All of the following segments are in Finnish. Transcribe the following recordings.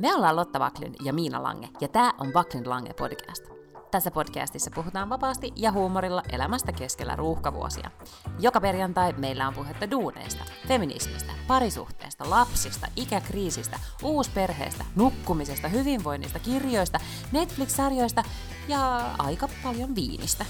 Me ollaan Lotta Waklund ja Miina Lange, ja tää on Waklund Lange podcast. Tässä podcastissa puhutaan vapaasti ja huumorilla elämästä keskellä ruuhkavuosia. Joka perjantai meillä on puhetta duuneista, feminismistä, parisuhteesta, lapsista, ikäkriisistä, uusperheestä, nukkumisesta, hyvinvoinnista, kirjoista, Netflix-sarjoista ja aika paljon viinistä.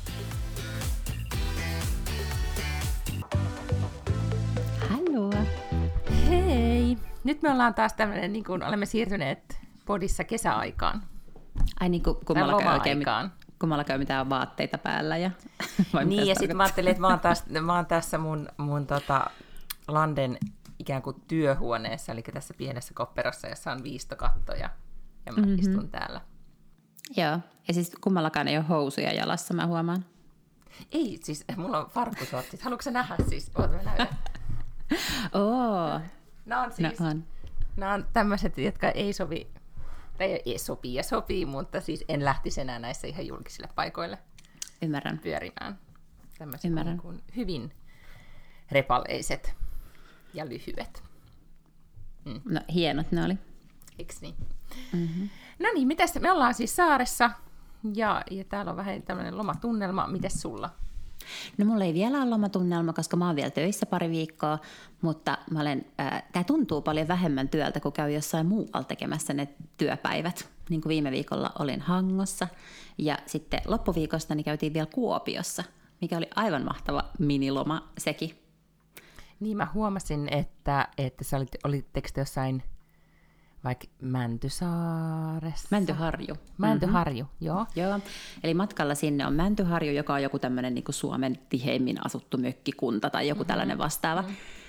Hallo. Hei! Nyt me ollaan taas tämmöinen, niin kuin olemme siirtyneet podissa kesäaikaan. Ai niin kuin kummalla käy mitään vaatteita päällä. Ja, niin, ja sitten mä ajattelin, että mä oon tässä mun Landen ikään kuin työhuoneessa, eli tässä pienessä kopperossa, jossa on viistokattoja, ja mä istun täällä. Joo, ja siis kummallakaan ei ole housuja jalassa, mä huomaan. Ei, siis mulla on farkkusortsit. Haluatko sä nähdä siis? Oota, mä näytän. Nämä on tämmöiset, jotka ei sovi, tai ei sopii ja sopii, mutta siis en lähtisi enää näissä ihan julkisille paikoille pyörimään. Tämmöiset niin hyvin repaleiset ja lyhyet. No hienot ne oli. Eiks niin? Mm-hmm. No niin, mitäs me ollaan siis saaressa ja täällä on vähän tämmöinen lomatunnelma. Mites sulla? No mulla ei vielä ole lomatunnelma, koska mä oon vielä töissä pari viikkoa, mutta tää tuntuu paljon vähemmän työltä, kun käy jossain muualla tekemässä ne työpäivät. Niin kuin viime viikolla olin Hangossa ja sitten loppuviikosta niin käytiin vielä Kuopiossa, mikä oli aivan mahtava miniloma sekin. Niin mä huomasin, että sä olitteko te jossain vaikka Mäntysaaressa? Mäntyharju, joo. Joo, eli matkalla sinne on Mäntyharju, joka on joku tämmöinen niin kuin Suomen tiheimmin asuttu mökkikunta tai joku tällainen vastaava.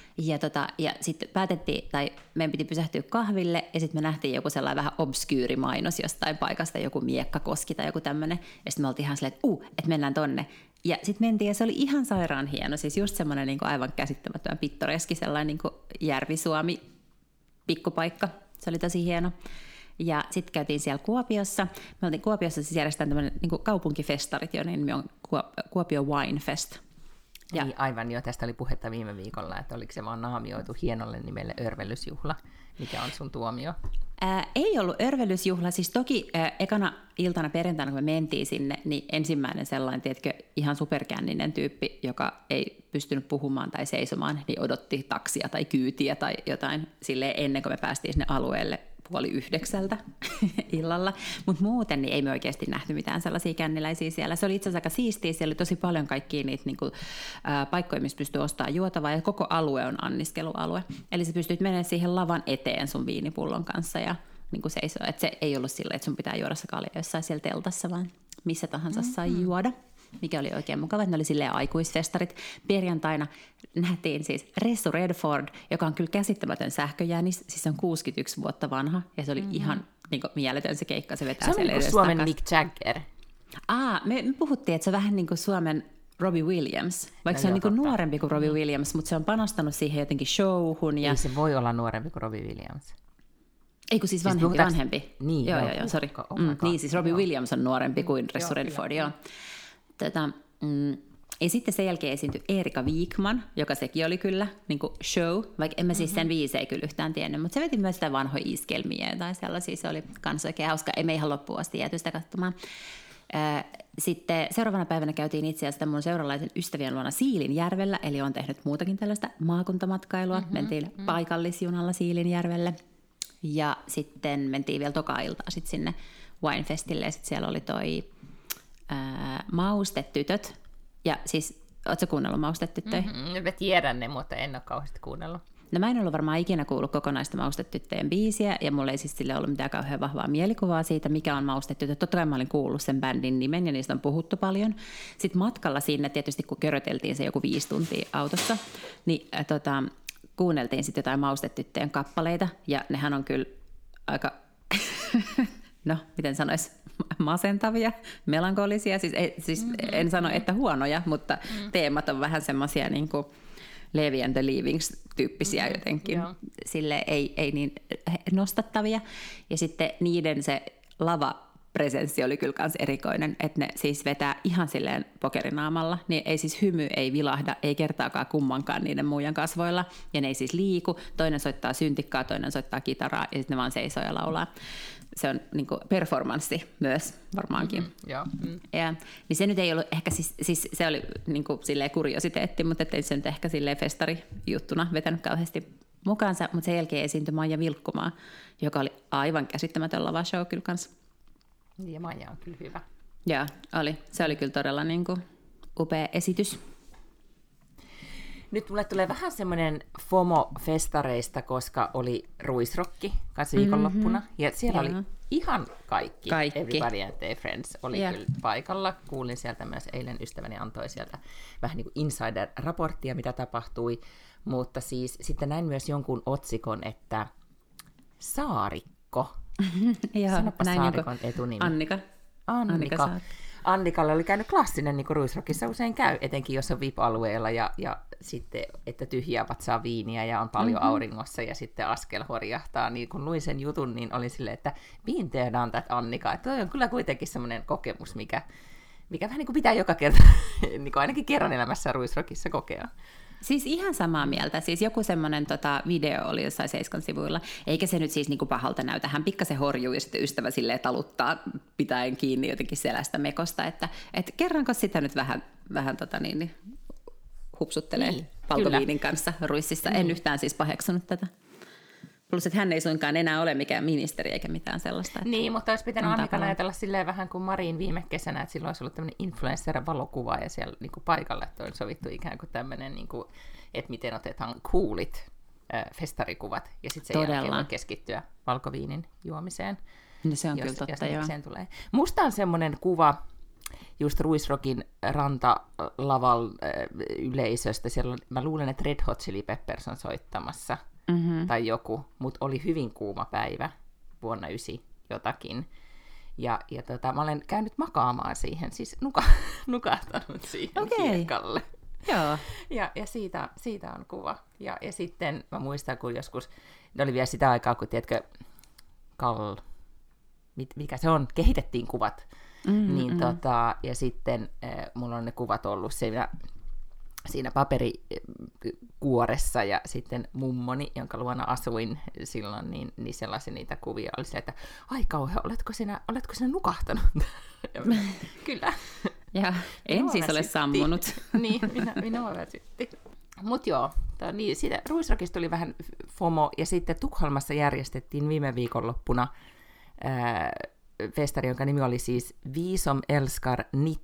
Ja sitten päätettiin, tai meidän piti pysähtyä kahville, ja sitten me nähtiin joku sellainen vähän obskyyri mainos jostain paikasta, joku Miekkakoski tai joku tämmöinen, ja sitten me oltiin ihan silleen, että mennään tonne. Ja sitten mentiin, ja se oli ihan sairaan hieno, siis just semmoinen niin kuin aivan käsittämättömän pittoreski, sellainen niin kuin Järvi-Suomi pikkupaikka. Se oli tosi hieno. Ja sitten käytiin siellä Kuopiossa. Me oltiin Kuopiossa siis järjestetään tämmöinen niin kaupunkifestarit, joiden nimi on Kuopio Wine Fest. Ja niin, aivan jo, tästä oli puhetta viime viikolla, että oliko se vaan naamioitu hienolle nimelle örvellysjuhla. Mikä on sun tuomio? Ei ollut örvellysjuhla, siis toki ekana iltana perjantaina, kun me mentiin sinne, niin ensimmäinen sellainen, tiedätkö, ihan superkänninen tyyppi, joka ei pystynyt puhumaan tai seisomaan, niin odotti taksia tai kyytiä tai jotain silleen ennen kuin me päästiin sinne alueelle 8:30 illalla. Mutta muuten niin ei me oikeasti nähty mitään sellaisia känniläisiä siellä. Se oli itse asiassa aika siistiä, siellä oli tosi paljon kaikkia niitä niinku, paikkoja, missä pystyy ostamaan juotavaa, ja koko alue on anniskelualue. Eli sä pystyt menemään siihen lavan eteen sun viinipullon kanssa ja niinku seisoo. Et se ei ollut silleen, että sun pitää juoda se kalja jossain siellä teltassa, vaan missä tahansa sai juoda. Mikä oli oikein mukava. Ne oli silleen aikuisfestarit. Perjantaina nähtiin siis Ressu Redford, joka on kyllä käsittämätön sähköjäänis. Siis se on 61 vuotta vanha ja se oli ihan niin kuin mieletön se keikka. Se vetää se on niin kuin Suomen Mick Jagger. Me puhuttiin, että se on vähän niin kuin Suomen Robbie Williams. Vaikka se on niin kuin nuorempi kuin Robbie Williams, mutta se on panostanut siihen jotenkin showhun. Ja... Ei se voi olla nuorempi kuin Robbie Williams. Ei kun siis vanhempi. Niin, joo, sori. Niin, siis Robbie Williams on nuorempi kuin Ressu Redford, joo. Ja sitten sen jälkeen esiintyi Erika Wikman, joka sekin oli kyllä niin kuin show, vaikka en mä siis sen biisejä kyllä yhtään tiennyt, mutta se veti myös sitä vanhoja iskelmiä tai sellaisia, se oli kans oikein hauska, ei me ihan loppuun asti jääty sitä katsomaan. Sitten seuraavana päivänä käytiin itse asiassa mun seuralaisen ystävien luona Siilinjärvellä, eli on tehnyt muutakin tällaista maakuntamatkailua, mentiin paikallisjunalla Siilinjärvelle ja sitten mentiin vielä toka-iltaa sitten sinne Winefestille ja sitten siellä oli toi Maustetytöt. Ja siis, ootko kuunnellut Maustetyttöjä? Mä tiedän ne, mutta en ole kauheasti kuunnellut. No mä en ollut varmaan ikinä kuullut kokonaista Maustetyttöjen biisiä, ja mulla ei siis sille ollut mitään kauhean vahvaa mielikuvaa siitä, mikä on Maustetytöt. Totta kai mä olin kuullut sen bändin nimen, ja niistä on puhuttu paljon. Sitten matkalla sinne, tietysti kun köröteltiin se joku 5 tuntia autossa, niin kuunneltiin sitten jotain Maustetyttöjen kappaleita, ja nehän on kyllä aika... No, miten sanoisi, masentavia, melankolisia, siis en sano, että huonoja, mutta teemat on vähän semmoisia niin kuin Levi and the Leavings-tyyppisiä jotenkin, sille ei niin nostattavia. Ja sitten niiden se lava presenssi oli kyllä kans erikoinen, että ne siis vetää ihan silleen pokerinaamalla, niin ei siis hymy, ei vilahda, ei kertaakaan kummankaan niiden muijan kasvoilla, ja ne ei siis liiku, toinen soittaa syntikkaa, toinen soittaa kitaraa, ja sitten ne vaan seisoo ja laulaa. Se on niin kuin performanssi myös varmaankin. Ja, niin se nyt ei ollut ehkä, siis se oli niin kuin silleen kuriositeetti, mutta ei se nyt ehkä silleen festarijuttuna vetänyt kauheasti mukaansa, mutta sen jälkeen esiintyi Maija Vilkkumaa, joka oli aivan käsittämätön lavashow kyllä kanssa. Ja Maija on kyllä hyvä. Joo, oli. Se oli kyllä todella niin kuin upea esitys. Nyt mulle tulee vähän semmoinen FOMO-festareista, koska oli Ruisrokki kanssa viikonloppuna. Ja siellä oli ihan kaikki. Everybody and their friends oli kyllä paikalla. Kuulin sieltä myös eilen, ystäväni antoi sieltä vähän niin kuin insider-raporttia, mitä tapahtui. Mutta siis sitten näin myös jonkun otsikon, että Saarikko. Sanoppa Saarikon etunimi. Annika. Annikalle oli käynyt klassinen, niin kuin Ruisrockissa usein käy, etenkin jos on VIP-alueella ja sitten, että tyhjää vatsaa viiniä ja on paljon auringossa ja sitten askel horjahtaa. Niin kun luin sen jutun, niin oli silleen, että been there, done that, Annika. Että toi on kyllä kuitenkin semmoinen kokemus, mikä vähän niin kuin pitää joka kerta, niin kuin ainakin kerran elämässä Ruisrockissa kokea. Siis ihan samaa mieltä. Siis joku semmoinen video oli jossain Seiskan sivuilla, eikä se nyt siis niinku pahalta näytä. Hän pikkasen horjuu ja sitten ystävä silleen taluttaa pitäen kiinni jotenkin selästä mekosta, että kerranko sitä nyt vähän hupsuttelee valkoviinin kanssa Ruississa. En yhtään siis paheksunut tätä. Plus, että hän ei suinkaan enää ole mikään ministeri eikä mitään sellaista. Niin, mutta olisi pitänyt Annikan ajatella silleen vähän kuin Marin viime kesänä, että silloin olisi ollut tämmöinen influencer-valokuva ja siellä niin kuin paikalla, että on sovittu ikään kuin tämmöinen, niin kuin, että miten otetaan coolit festarikuvat ja sitten sen jälkeen voi keskittyä valkoviinin juomiseen. No se on kyllä totta, joo. Tulee. Musta on semmoinen kuva just Ruisrockin rantalaval yleisöstä. Siellä on, mä luulen, että Red Hot Chili Peppers on soittamassa. Tai joku, mutta oli hyvin kuuma päivä vuonna 9 jotakin. Ja mä olen käynyt makaamaan siihen, siis nukahtanut siihen kiekalle. Joo. Ja siitä on kuva. Ja sitten mä muistan, kun joskus, ne oli vielä sitä aikaa, kun tiedätkö, mikä se on, kehitettiin kuvat. Ja sitten mulla on ne kuvat ollut siinä paperikuoressa, ja sitten mummoni, jonka luona asuin silloin, niin sellaisia niitä kuvia oli se, että ai kauhean, oletko sinä nukahtanut? Kyllä. Ja en siis ole sammunut. Niin, minua väsytti. Mutta joo, niin, siitä Ruisrockista tuli vähän FOMO, ja sitten Tukholmassa järjestettiin viime viikonloppuna festari, jonka nimi oli siis Vi som älskar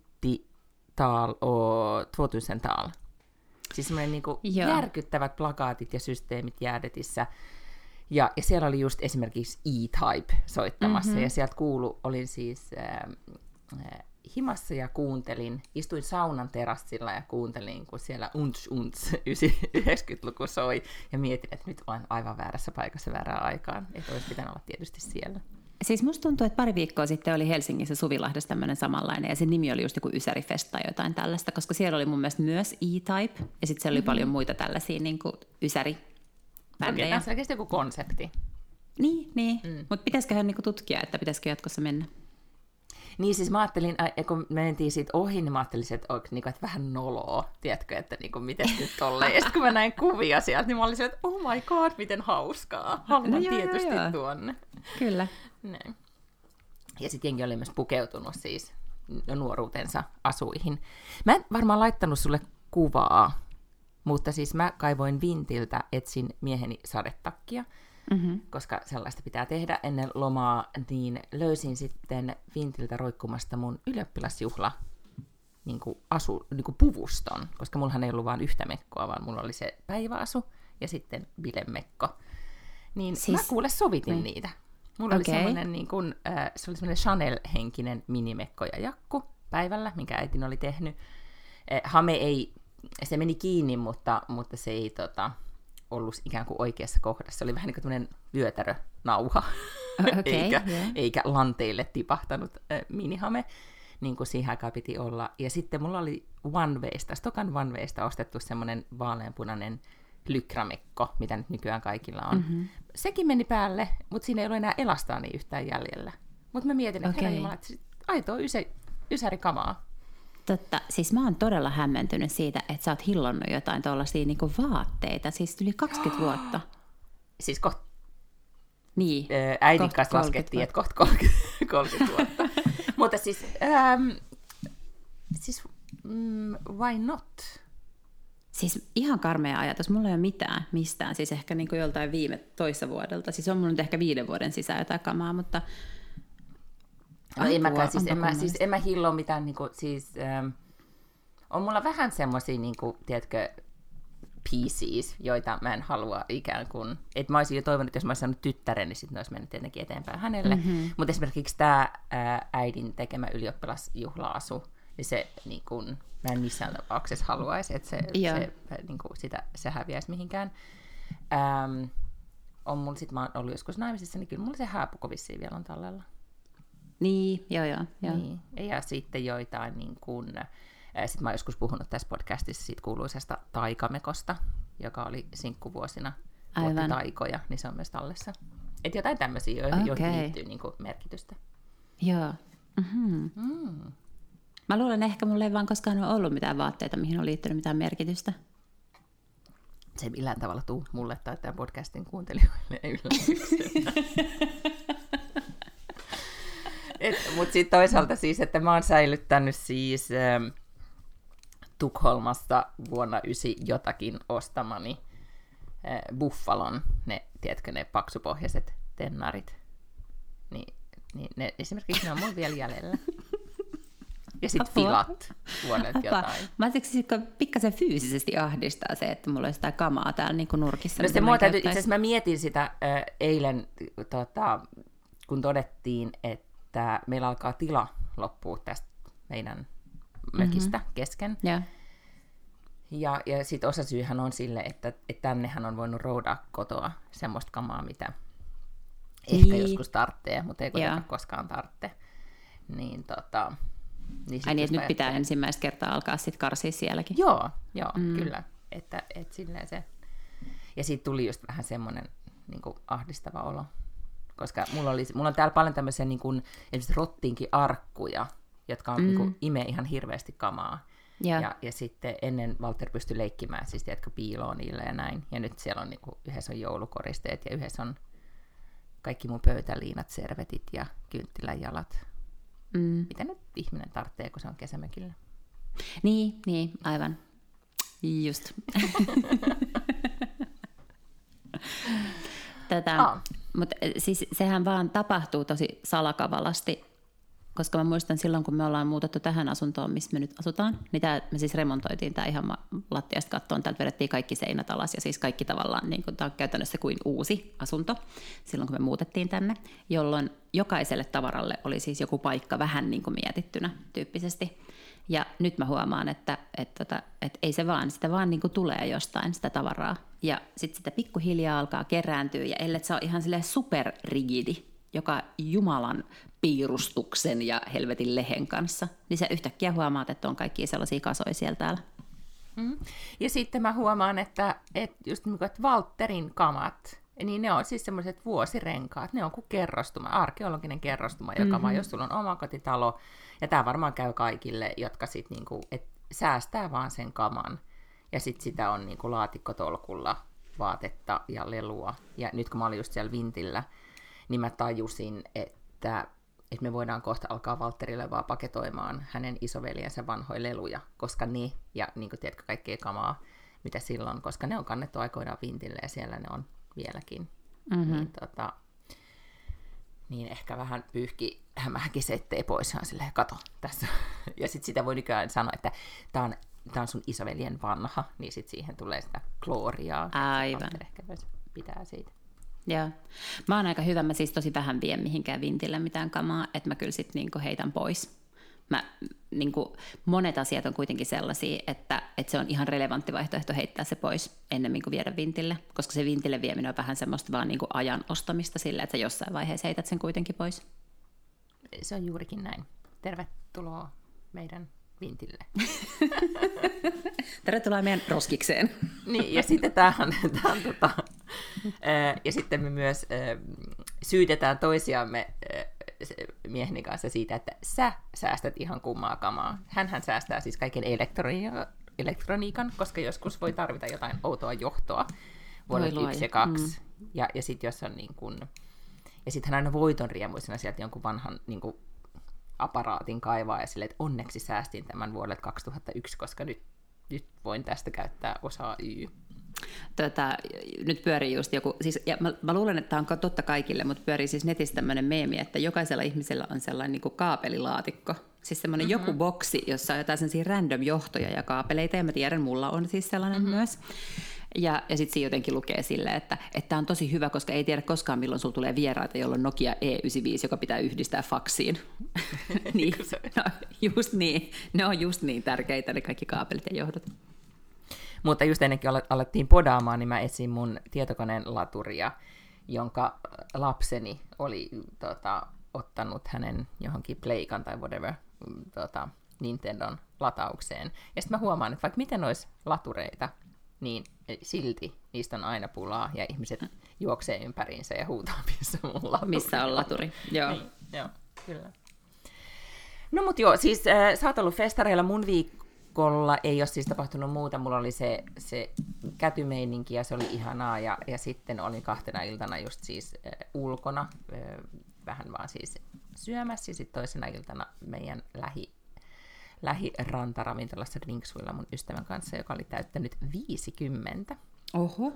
90-tal och 2000-tal. Siis semmoinen niin kuin järkyttävät plakaatit ja systeemit Jäädetissä. Ja siellä oli just esimerkiksi E-Type soittamassa, ja sieltä olin siis himassa ja kuuntelin, istuin saunan terassilla ja kuuntelin, kun siellä 90-luku soi, ja mietin, että nyt olen aivan väärässä paikassa väärään aikaan, että olisi pitänyt olla tietysti siellä. Siis musta tuntuu, että pari viikkoa sitten oli Helsingissä Suvilahdessa tämmöinen samanlainen, ja sen nimi oli just joku Ysärifest tai jotain tällaista, koska siellä oli mun mielestä myös E-Type, ja sitten siellä oli paljon muita tällaisia niin kuin Ysäri-bändejä. Okei, tässä on oikeasti joku konsepti. Niin. Mutta pitäisiköhän niin kuin tutkia, että pitäisikö jatkossa mennä? Niin, siis mä ajattelin, kun me mentiin siitä ohi, niin mä ajattelin, että vähän noloa, tiedätkö, että miten nyt tolleen. Ja sitten kun mä näin kuvia sieltä, niin mä olin että oh my god, miten hauskaa. Haluan tietysti tuonne. Kyllä. Näin. Ja sitten jengi oli myös pukeutunut siis nuoruutensa asuihin. Mä en varmaan laittanut sulle kuvaa, mutta siis mä kaivoin vintiltä, etsin mieheni sadetakkia, koska sellaista pitää tehdä ennen lomaa, niin löysin sitten vintiltä roikkumasta mun ylioppilasjuhla niin kuin puvuston, koska mullahan ei ollut vain yhtä mekkoa, vaan mulla oli se päiväasu ja sitten bilemekko. Niin siis mä kuule sovitin niitä. Mulla oli semmoinen, niin kuin, se oli semmoinen Chanel-henkinen minimekko ja jakku päivällä, minkä äitini oli tehnyt. Hame ei, se meni kiinni, mutta se ei ollut ikään kuin oikeassa kohdassa. Se oli vähän niin kuin tämmöinen vyötärönauha, eikä lanteille tipahtanut minihame, niin kuin siihen aikaan piti olla. Ja sitten mulla oli Stokan One Waysta ostettu semmoinen vaaleanpunainen lykramekko, mitä nyt nykyään kaikilla on. Sekin meni päälle, mutta siinä ei ollut enää elastaania yhtään jäljellä. Mutta mä mietin, että herra jumala, että aitoa ysärikamaa. Totta. Siis mä oon todella hämmentynyt siitä, että sä oot hillonnut jotain tuollaisia niinku vaatteita. Siis yli 20 vuotta. Siis niin. Äidin kanssa laskettiin, että kohta 30 vuotta. Mutta siis why not? Siis ihan karmea ajatus. Mulla ei ole mitään mistään. Siis ehkä niinku joltain toissa vuodelta. Siis on mulla nyt ehkä 5 vuoden sisään jotain kamaa, mutta... en mä hilloa mitään, niinku, siis, on mulla vähän semmosia, niinku, tiedätkö, PCs, joita mä en halua ikään kuin, että mä olisin jo toivonut, että jos mä olisin saanut tyttären, niin sitten ne olisi mennyt tietenkin eteenpäin hänelle, mutta esimerkiksi tämä äidin tekemä ylioppilasjuhla-asu, niin se, niin kun, mä en missään tapauksessa haluaisi, että se häviäisi mihinkään. Mä oon ollut joskus naimisissa, niin kyllä mulla se hääpuko vissiin vielä on tallella. Niin, joo. Niin. Ja sitten joitain, niin kuin, sitten mä oon joskus puhunut tässä podcastissa siitä kuuluisesta taikamekosta, joka oli sinkkuvuosina tuotti taikoja, niin se on myös tallessa. Että jotain tämmöisiä, joihin liittyy niin kuin merkitystä. Joo. Mm-hmm. Mä luulen, ehkä mulla ei vaan koskaan ole ollut mitään vaatteita, mihin on liittynyt mitään merkitystä. Se ei millään tavalla tuu mulle tai tämän podcastin kuuntelijoille yllätyksenä. Mutta sitten toisaalta siis, että mä oon säilyttänyt siis Tukholmassa vuonna 9 jotakin ostamani Buffalon, tiedätkö, ne paksupohjaiset tennarit. Niin ne, esimerkiksi ne on mun vielä jäljellä. Ja sitten filat vuodet jotain. Mä ajattelin, että pikkasen fyysisesti ahdistaa se, että mulla on sitä kamaa täällä niin kuin nurkissa. No se mua täytyy, itse asiassa mä mietin sitä eilen, kun todettiin, että meillä alkaa tila loppua tästä meidän mökistä kesken. Yeah. Ja sitten osasyyhän on sille, että tännehän on voinut roudaa kotoa semmoista kamaa, mitä ehkä joskus tarvitsee, mutta ei kuitenkaan koskaan tarvitse. Niin niin että nyt pitää ensimmäistä kertaa alkaa sitten karsia sielläkin. Joo, kyllä. Että silleen se. Ja siitä tuli just vähän semmoinen niin kuin ahdistava olo. Koska mulla on täällä paljon tämmöisiä niin kuin, esimerkiksi rottiinkin-arkkuja, jotka on, niin kuin, imee ihan hirveästi kamaa. Ja sitten ennen Walter pystyi leikkimään, siis tiedätkö, piiloon niille ja näin. Ja nyt siellä on niin kuin, yhdessä on joulukoristeet ja yhdessä on kaikki mun pöytäliinat, servetit ja kynttilänjalat. Mitä nyt ihminen tarvitsee, kun se on kesämökillä? Niin, aivan. Just. Mutta siis sehän vaan tapahtuu tosi salakavalasti, koska mä muistan silloin, kun me ollaan muutettu tähän asuntoon, missä me nyt asutaan, niin me siis remontoitiin tämä ihan lattiasta kattoon, täältä vedettiin kaikki seinät alas ja siis kaikki tavallaan, niin tämä on käytännössä kuin uusi asunto silloin, kun me muutettiin tänne, jolloin jokaiselle tavaralle oli siis joku paikka vähän niin kuin mietittynä tyyppisesti. Ja nyt mä huomaan, että ei se vaan, sitä vaan niin kuin tulee jostain sitä tavaraa. Ja sitten sitä pikkuhiljaa alkaa kerääntyä, ja ellei se ole ihan silleen superrigidi, joka Jumalan piirustuksen ja helvetin lehen kanssa, niin sä yhtäkkiä huomaat, että on kaikkia sellaisia kasoja siellä täällä. Ja sitten mä huomaan, että just niin kuin, että Walterin kamat, niin ne on siis semmoiset vuosirenkaat, ne on kuin kerrostuma, arkeologinen kerrostuma, joka vaan, jos sulla on omakotitalo, ja tämä varmaan käy kaikille, jotka sitten niinku, säästää vaan sen kaman, ja sitten sitä on niinku laatikkotolkulla vaatetta ja lelua. Ja nyt kun mä olin just siellä vintillä, niin mä tajusin, että me voidaan kohta alkaa Walterille vaan paketoimaan hänen isoveljensä vanhoja leluja, koska ne, ja niin kuin tiedätkö, kaikkea kamaa, mitä silloin, koska ne on kannettu aikoinaan vintille, ja siellä ne on vieläkin. Niin ehkä vähän pyyhki hämähäkin se, ettei pois, on silleen, kato tässä. Ja sitten sitä voi nykyään sanoa, että tämä on sun isoveljen vanha, niin sitten siihen tulee sitä klooriaa. Aivan. Ehkä myös pitää siitä. Joo. Mä oon aika hyvä, mä siis tosi vähän vien mihinkään vintille mitään kamaa, että mä kyllä sitten niinku heitän pois. Monet asiat on kuitenkin sellaisia, että se on ihan relevantti vaihtoehto heittää se pois ennemmin kuin viedä vintille, koska se vintille vieminen on vähän semmoista vaan niinku ajan ostamista sillä, että sä jossain vaiheessa heität sen kuitenkin pois. Se on juurikin näin. Tervetuloa meidän vintille. Tervetuloa meidän roskikseen. Niin, ja sitten ja sitten me myös syytetään toisiamme mieheni kanssa siitä, että sä säästät ihan kummaa kamaa. Hänhän säästää siis kaiken elektroniikan, koska joskus voi tarvita jotain outoa johtoa vuodelta 1 ja 2. Ja sitten jos on niin kun, ja sitten hän aina voitonriemuisena sieltä jonkun vanhan niin kun aparaatin kaivaa ja silleen, että onneksi säästin tämän vuodelta 2001, koska nyt voin tästä käyttää osaa Y. Nyt pyörii just joku, siis, ja mä luulen, että tämä on totta kaikille, mutta pyörii siis netissä tämmöinen meemi, että jokaisella ihmisellä on sellainen niin kuin kaapelilaatikko. Siis semmoinen joku boksi, jossa on jotain sellaisia random johtoja ja kaapeleita, ja mä tiedän, mulla on siis sellainen myös. Ja sitten siinä jotenkin lukee silleen, että tämä on tosi hyvä, koska ei tiedä koskaan, milloin sulla tulee vieraita, jolla on Nokia E95, joka pitää yhdistää faksiin. Niin, no, just niin. Ne on just niin tärkeitä, ne kaikki kaapelit ja johdot. Mutta just ennen kuin alettiin podaamaan, niin mä etsin mun tietokoneen laturia, jonka lapseni oli ottanut hänen johonkin Playkan tai whatever Nintendon lataukseen. Ja sitten mä huomaan, että vaikka miten olisi latureita, niin silti niistä on aina pulaa, ja ihmiset juoksee ympäriinsä ja huutaa, missä mun laturi. Missä on laturi, joo. Niin, joo, kyllä. No mut joo, siis sä oot ollut festareilla mun viikolla, ei ole siis tapahtunut muuta, mulla oli se kätymeininki, ja se oli ihanaa, ja sitten olin 2 iltana just siis ulkona, vähän vaan siis syömässä, ja sitten toisena iltana meidän lähirantaravintolassa Drinksuilla mun ystävän kanssa, joka oli täyttänyt 50. Oho.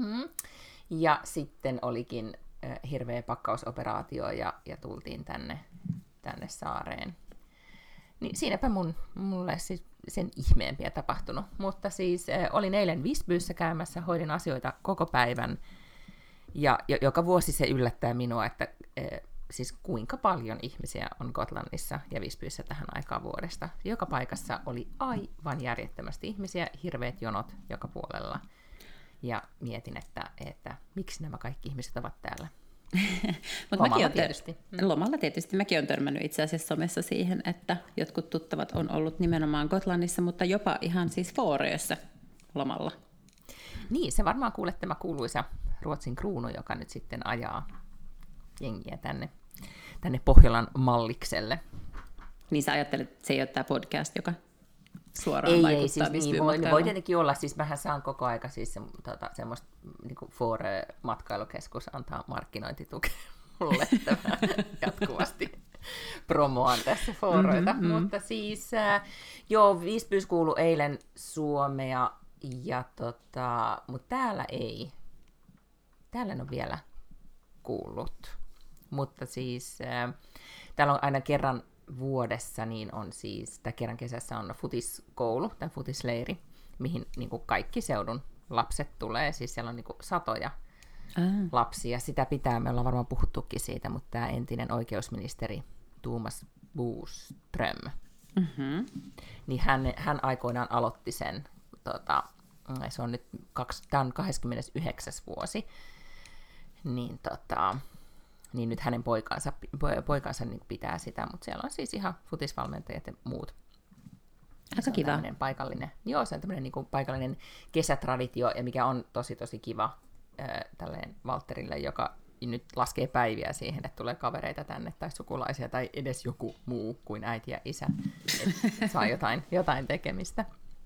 Ja sitten olikin hirveä pakkausoperaatio ja tultiin tänne saareen. Niin siinäpä mulle siis sen ihmeempiä tapahtunut. Mutta siis olin eilen Visbyssä käymässä, hoidin asioita koko päivän. Ja joka vuosi se yllättää minua, että siis kuinka paljon ihmisiä on Gotlannissa ja Visbyssä tähän aikaan vuodesta. Joka paikassa oli aivan järjettömästi ihmisiä, hirveät jonot joka puolella. Ja mietin, että miksi nämä kaikki ihmiset ovat täällä. Lomalla tietysti. Lomalla tietysti. Mäkin olen törmännyt itse asiassa somessa siihen, että jotkut tuttavat on ollut nimenomaan Gotlannissa, mutta jopa ihan siis Fårössä lomalla. Niin, se varmaan kuulet tämä kuuluisa Ruotsin kruunu, joka nyt sitten ajaa jengiä tänne Pohjolan mallikselle. Niin sä ajattelet, että se ei ole tämä podcast, joka suoraan vaikuttaa siis niin, voi tietenkin olla, siis mähän saan koko aika siis semmoista niin Fårö-matkailukeskus antaa markkinointitukea mulle jatkuvasti promoan tässä Fåröitä, mutta siis joo, Visbys kuului eilen Suomea, ja mutta täällä en ole vielä kuullut, mutta siis täällä on aina kerran vuodessa, niin on siis, tai kerran kesässä on futiskoulu tai futisleiri, mihin niin kuin kaikki seudun lapset tulee, siis siellä on niin kuin satoja lapsia, sitä pitää, me ollaan varmaan puhuttukin siitä, mutta tämä entinen oikeusministeri Thomas Bodström, niin hän aikoinaan aloitti sen, se on nyt tämä on 29. vuosi, niin nyt hänen poikansa niin pitää sitä, mutta siellä on siis ihan futisvalmentajat ja muut. Aika kiva. Paikallinen, joo, se on tämmöinen niin kuin paikallinen kesätraditio, ja mikä on tosi tosi kiva tälleen Valtterille, joka nyt laskee päiviä siihen, että tulee kavereita tänne tai sukulaisia tai edes joku muu kuin äiti ja isä, että saa jotain tekemistä.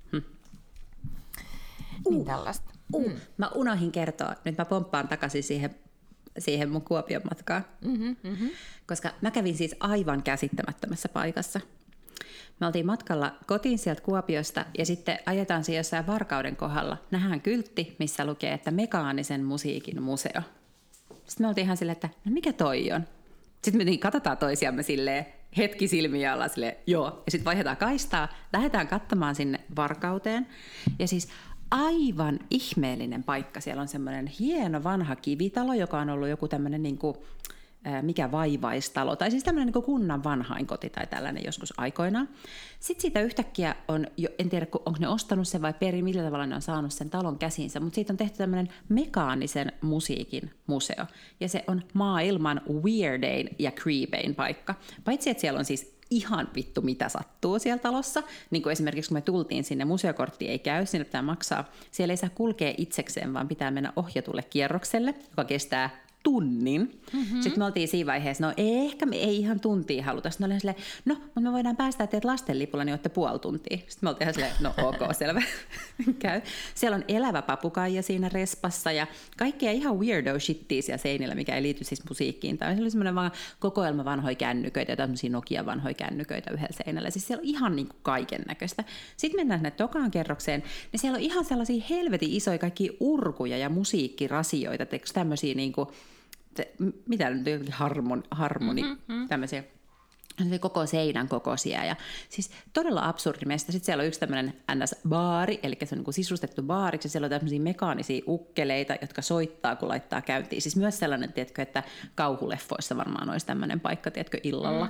Niin tällaista. Mä unohdin kertoa, nyt mä pomppaan takaisin siihen mun Kuopion matkaan, koska mä kävin siis aivan käsittämättömässä paikassa. Me oltiin matkalla kotiin sieltä Kuopiosta ja sitten ajetaan siinä jossain Varkauden kohdalla. Nähdään kyltti, missä lukee, että mekaanisen musiikin museo. Sitten me oltiin ihan silleen, että no mikä toi on? Sitten me katsotaan toisiamme silleen, hetki silmiä alla silleen, joo. Ja sitten vaihdetaan kaistaa, lähdetään katsomaan sinne Varkauteen. Ja siis aivan ihmeellinen paikka. Siellä on semmoinen hieno vanha kivitalo, joka on ollut joku tämmöinen niinku, mikä vaivaistalo, tai siis tämmöinen niin kunnan vanhainkoti tai tällainen joskus aikoinaan. Sitten siitä yhtäkkiä on, en tiedä onko ne ostanut sen vai millä tavalla ne on saanut sen talon käsinsä, mutta siitä on tehty tämmöinen mekaanisen musiikin museo. Ja se on maailman weirdein ja creepein paikka. Paitsi, että siellä on siis ihan vittu mitä sattuu siellä talossa. Niin kuin esimerkiksi kun me tultiin sinne, museokortti ei käy, sinne pitää maksaa. Siellä ei saa kulkea itsekseen, vaan pitää mennä ohjatulle kierrokselle, joka kestää tunnin. Sitten me oltiin siinä vaiheessa, no ehkä me ei ihan tuntia haluta. Sitten me olin silleen, no, mutta me voidaan päästää teet lastenlipulla, niin olette puoli tuntia. Sitten me oltiin ihan silleen, no ok, selvä, käy. Siellä on elävä papukaija siinä respassa ja kaikkea ihan weirdo shittiä siellä seinillä, mikä ei liity siis musiikkiin. Tai se oli semmoinen vaan kokoelma vanhoja kännyköitä ja tämmöisiä Nokia vanhoja kännyköitä yhdellä seinällä. Siis siellä on ihan niin kuin kaiken näköistä. Sitten mennään sinne tokaan kerrokseen, niin siellä on ihan sellaisia helvetin isoja kaikkia urkuja ja musiikkirasioita, tämmöisiä niin kuin, mitä nyt harmoni, tämmöisiä koko seinän kokoisia ja siis todella absurdi meistä. Sitten siellä on yksi tämmöinen NS-baari, eli se on niin kuin sisustettu baariksi ja siellä on tämmöisiä mekaanisia ukkeleita, jotka soittaa, kun laittaa käyntiin. Siis myös sellainen, tiedätkö, että kauhuleffoissa varmaan olisi tämmöinen paikka, tiedätkö, illalla.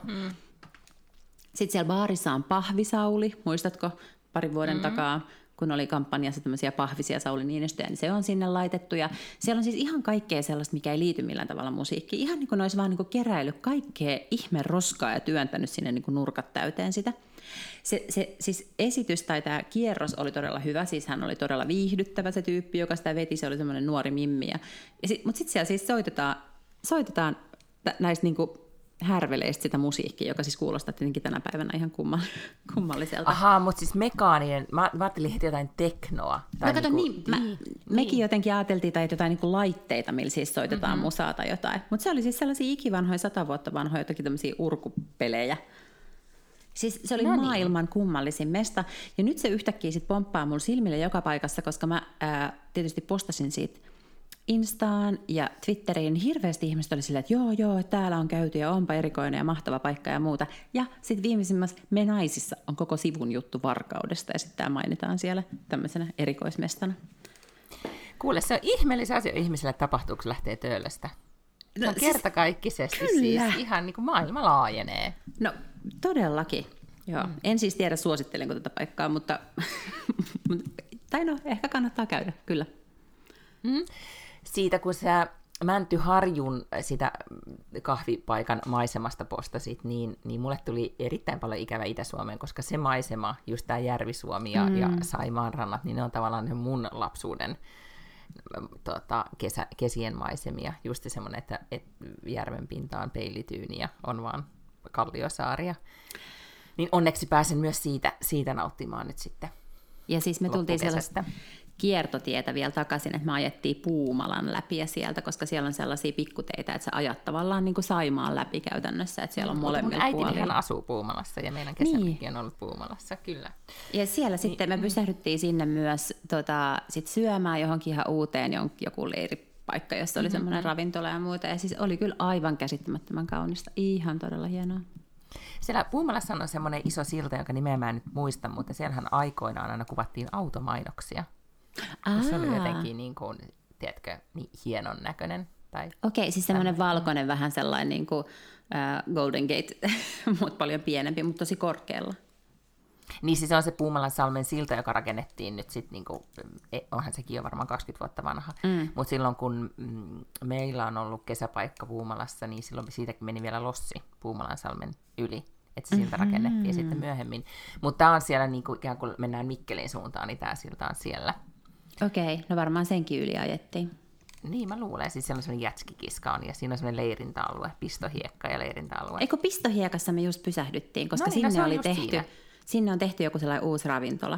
Sitten siellä baarissa on pahvisauli, muistatko parin vuoden takaa, kun oli kampanjassa tämmöisiä pahvisia Sauli Niinistöjä, niin se on sinne laitettu. Ja siellä on siis ihan kaikkea sellaista, mikä ei liity millään tavalla musiikkiin. Ihan niin kuin ne olisi vaan niin kuin keräillyt kaikkea ihme roskaa ja työntänyt sinne niin kuin nurkat täyteen sitä. Se siis esitys tai tämä kierros oli todella hyvä. Siis hän oli todella viihdyttävä se tyyppi, joka sitä veti. Se oli semmoinen nuori mimmi. Mutta sitten siellä siis soitetaan näistä niin kuin härveleistä sitä musiikkia, joka siis kuulostaa tietenkin tänä päivänä ihan kummalliselta. Ahaa, mutta siis mekaaninen, mä ajattelin heti jotain teknoa. Tai no kato, mekin jotenkin ajateltiin, tai jotain niin laitteita, millä siis soitetaan musaa tai jotain. Mutta se oli siis sellaisia ikivanhoja, 100 vuotta vanhoja, jotakin tämmöisiä urkupelejä. Siis se oli maailman kummallisin mesta. Ja nyt se yhtäkkiä sit pomppaa mun silmille joka paikassa, koska mä tietysti postasin siitä Instaan ja Twitteriin, hirveästi ihmiset oli silleen, että joo, täällä on käyty ja onpa erikoinen ja mahtava paikka ja muuta. Ja sitten viimeisimmässä Me naisissa on koko sivun juttu Varkaudesta ja sitten tämä mainitaan siellä tämmöisenä erikoismestana. Kuule, se on ihmeellinen asia ihmiselle tapahtuu, kun lähtee töölöstä. Se on kertakaikkisesti siis ihan niin kuin maailma laajenee. No todellakin, joo. En siis tiedä suosittelenko tätä paikkaa, mutta tai no ehkä kannattaa käydä, kyllä. Siitä, kun sä Mäntyharjun sitä kahvipaikan maisemasta postasit, niin mulle tuli erittäin paljon ikävä Itä-Suomeen, koska se maisema, just tämä Järvi-Suomi ja Saimaan rannat, niin ne on tavallaan mun lapsuuden kesien maisemia. Just semmoinen, että järven pinta on peilityyni ja on vaan kalliosaaria. Niin onneksi pääsen myös siitä nauttimaan nyt sitten. Ja siis me tultiin sellaista kiertotietä vielä takaisin, että me ajettiin Puumalan läpi ja sieltä, koska siellä on sellaisia pikkuteitä, että sä ajat tavallaan niin kuin Saimaan läpi käytännössä, että siellä on molemmilla puolilla. Äitinihän asuu Puumalassa ja meidän kesämökki on ollut Puumalassa, kyllä. Ja siellä sitten me pysähdyttiin sinne myös sit syömään johonkin ihan uuteen joku leiripaikka, jossa oli semmoinen ravintola ja muuta, ja siis oli kyllä aivan käsittämättömän kaunista, ihan todella hienoa. Siellä Puumalassa on semmoinen iso silta, jonka nimeä mä en nyt muista, mutta siellähän aikoinaan aina kuvattiin automainoksia. Se oli jotenkin niin kuin, tiedätkö, niin hienon näköinen. Okei, siis semmoinen valkoinen, vähän sellainen niin kuin Golden Gate, mutta paljon pienempi, mutta tosi korkealla. Niin siis se on se Puumalansalmen silta, joka rakennettiin nyt sitten, niin kuin, onhan sekin jo varmaan 20 vuotta vanha, mutta silloin kun meillä on ollut kesäpaikka Puumalassa, niin silloin siitäkin meni vielä lossi Puumalansalmen yli, että se silta rakennettiin sitten myöhemmin. Mutta tämä on siellä, niin kuin, ikään kuin mennään Mikkelin suuntaan, niin tämä silta on siellä. Okei, no varmaan senkin yli ajettiin. Niin, mä luulen. Siis siellä on semmoinen jätskikiska on, ja siinä on semmoinen leirintäalue, pistohiekka ja leirintäalue. Eikö pistohiekassa me just pysähdyttiin, koska sinne oli tehty, sinne on tehty joku sellainen uusi ravintola.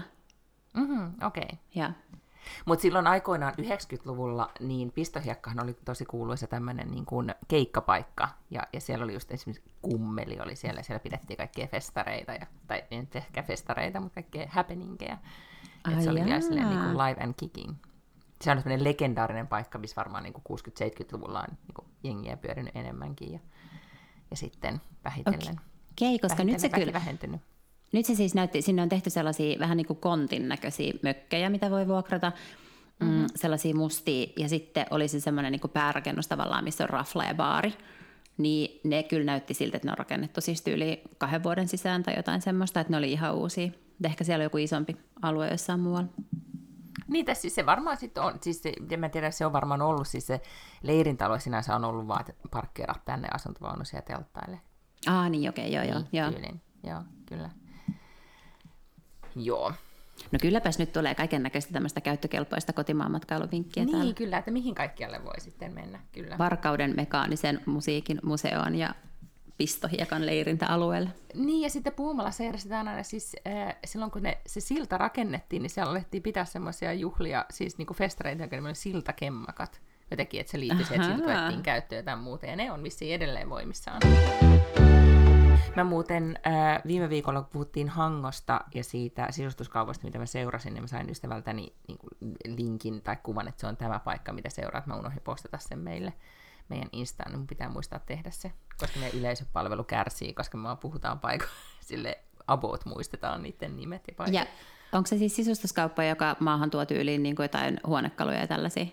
Okei. Ja. Mutta silloin aikoinaan 90-luvulla, niin pistohiekkahan oli tosi kuuluisa tämmöinen niin kuin keikkapaikka, ja siellä oli just esimerkiksi kummeli oli siellä pidettiin kaikkia festareita, tai ei ehkä festareita, mutta kaikkea happeningkeja. Se oli vielä silleen niin kuin live and kicking. Se on semmoinen legendaarinen paikka, missä varmaan niin kuin 60-70-luvulla on niin kuin jengiä pyörinyt enemmänkin, ja sitten vähitellen. Okei, koska nyt se kyllä vähentynyt. Nyt se siis näytti, sinne on tehty sellaisia vähän niin kuin kontin näköisiä mökkejä, mitä voi vuokrata, sellaisia mustia, ja sitten oli se semmoinen niin kuin päärakennus tavallaan, missä on rafla ja baari, niin ne kyllä näytti siltä, että ne on rakennettu siis yli 2 vuoden sisään tai jotain semmoista, että ne oli ihan uusia. Ehkä siellä on joku isompi alue jossain muualla. Niitä siis se varmaan sitten on, siis se, en mä tiedä, se on varmaan ollut, siis se leirintalo sinänsä on ollut vaan, että parkkeerat tänne asuntovaunusia telttaille. Niin okei, joo. Tyylin. Joo, kyllä. Joo. No kylläpäs nyt tulee kaikennäköistä tämmöistä käyttökelpoista kotimaan matkailuvinkkiä niin, täällä. Kyllä, että mihin kaikkialle voi sitten mennä. Kyllä. Varkauden mekaanisen musiikin museoon ja pistohiekan leirintäalueelle. Niin, ja sitten Puumalassa järjestetään aina siis, silloin kun se silta rakennettiin, niin siellä alettiin pitää semmoisia juhlia, siis niinku festareita, jotka oli siltakemmakat. Jotenkin, että se liittyi siihen, että siltä otettiin käyttöön jotain muuta, ja ne on vissiin edelleen voimissaan. Mä muuten viime viikolla puhuttiin Hangosta ja siitä sisustuskaupasta, mitä mä seurasin, niin mä sain ystävältäni linkin tai kuvan, että se on tämä paikka, mitä seuraat. Mä unohdin postata sen meidän Instaan, niin mun pitää muistaa tehdä se, koska meidän yleisöpalvelu kärsii, koska me vaan puhutaan paikoilla, sille about muistetaan niiden nimet ja paikat. Ja onko se siis sisustuskauppa, joka maahan tuo tyyliin niin kuin jotain huonekaluja ja tällaisia?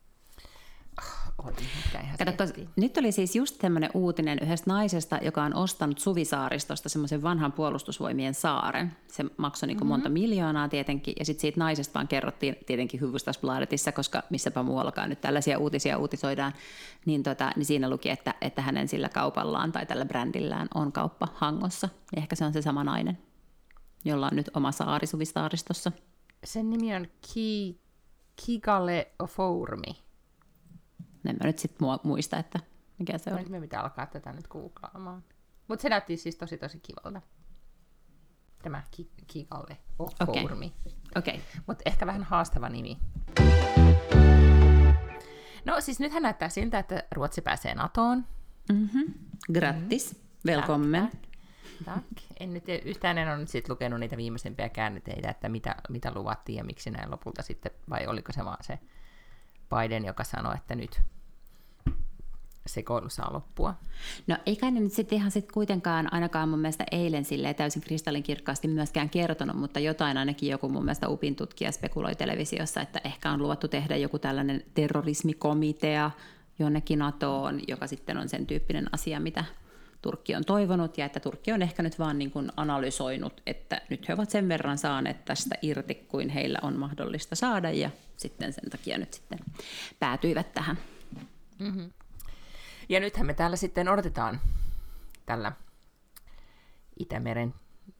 Nyt oli siis just tämmöinen uutinen yhdestä naisesta, joka on ostanut Suvisaaristosta semmoisen vanhan puolustusvoimien saaren. Se maksoi niin kuin monta miljoonaa tietenkin, ja sitten siitä naisesta vaan kerrottiin tietenkin Hufvudstadsbladetissa, koska missäpä muuallakaan nyt tällaisia uutisia uutisoidaan, niin siinä luki, että hänen sillä kaupallaan tai tällä brändillään on kauppa Hangossa. Ehkä se on se sama nainen, jolla on nyt oma saari Suvisaaristossa. Sen nimi on Kigale Fourmi. En mä nyt sitten muista, että mikä se on. Nyt me pitää alkaa tätä nyt googlaamaan. Mutta se näytti siis tosi kivalta. Tämä Kigale Fourmi. Okay. Mutta ehkä vähän haastava nimi. No siis nythän näyttää siltä, että Ruotsi pääsee NATOon. Grattis. Velkommen. Tack. En nyt yhtään en ole nyt sit lukenut niitä viimeisimpiä käänneteitä, että mitä luvattiin ja miksi näin lopulta sitten, vai oliko se vaan se Biden, joka sanoi, että nyt sekoilu saa loppua. No eikä ne nyt sitten ihan sit kuitenkaan ainakaan mun mielestä eilen silleen täysin kristallinkirkkaasti myöskään kertonut, mutta jotain ainakin joku mun mielestä UPin tutkija spekuloi televisiossa, että ehkä on luvattu tehdä joku tällainen terrorismikomitea jonnekin NATOon, joka sitten on sen tyyppinen asia, mitä Turkki on toivonut, ja että Turkki on ehkä nyt vaan niin kuin analysoinut, että nyt he ovat sen verran saaneet tästä irti, kuin heillä on mahdollista saada, ja sitten sen takia nyt sitten päätyivät tähän. Mm-hmm. Ja nythän me täällä sitten odotetaan tällä Itämeren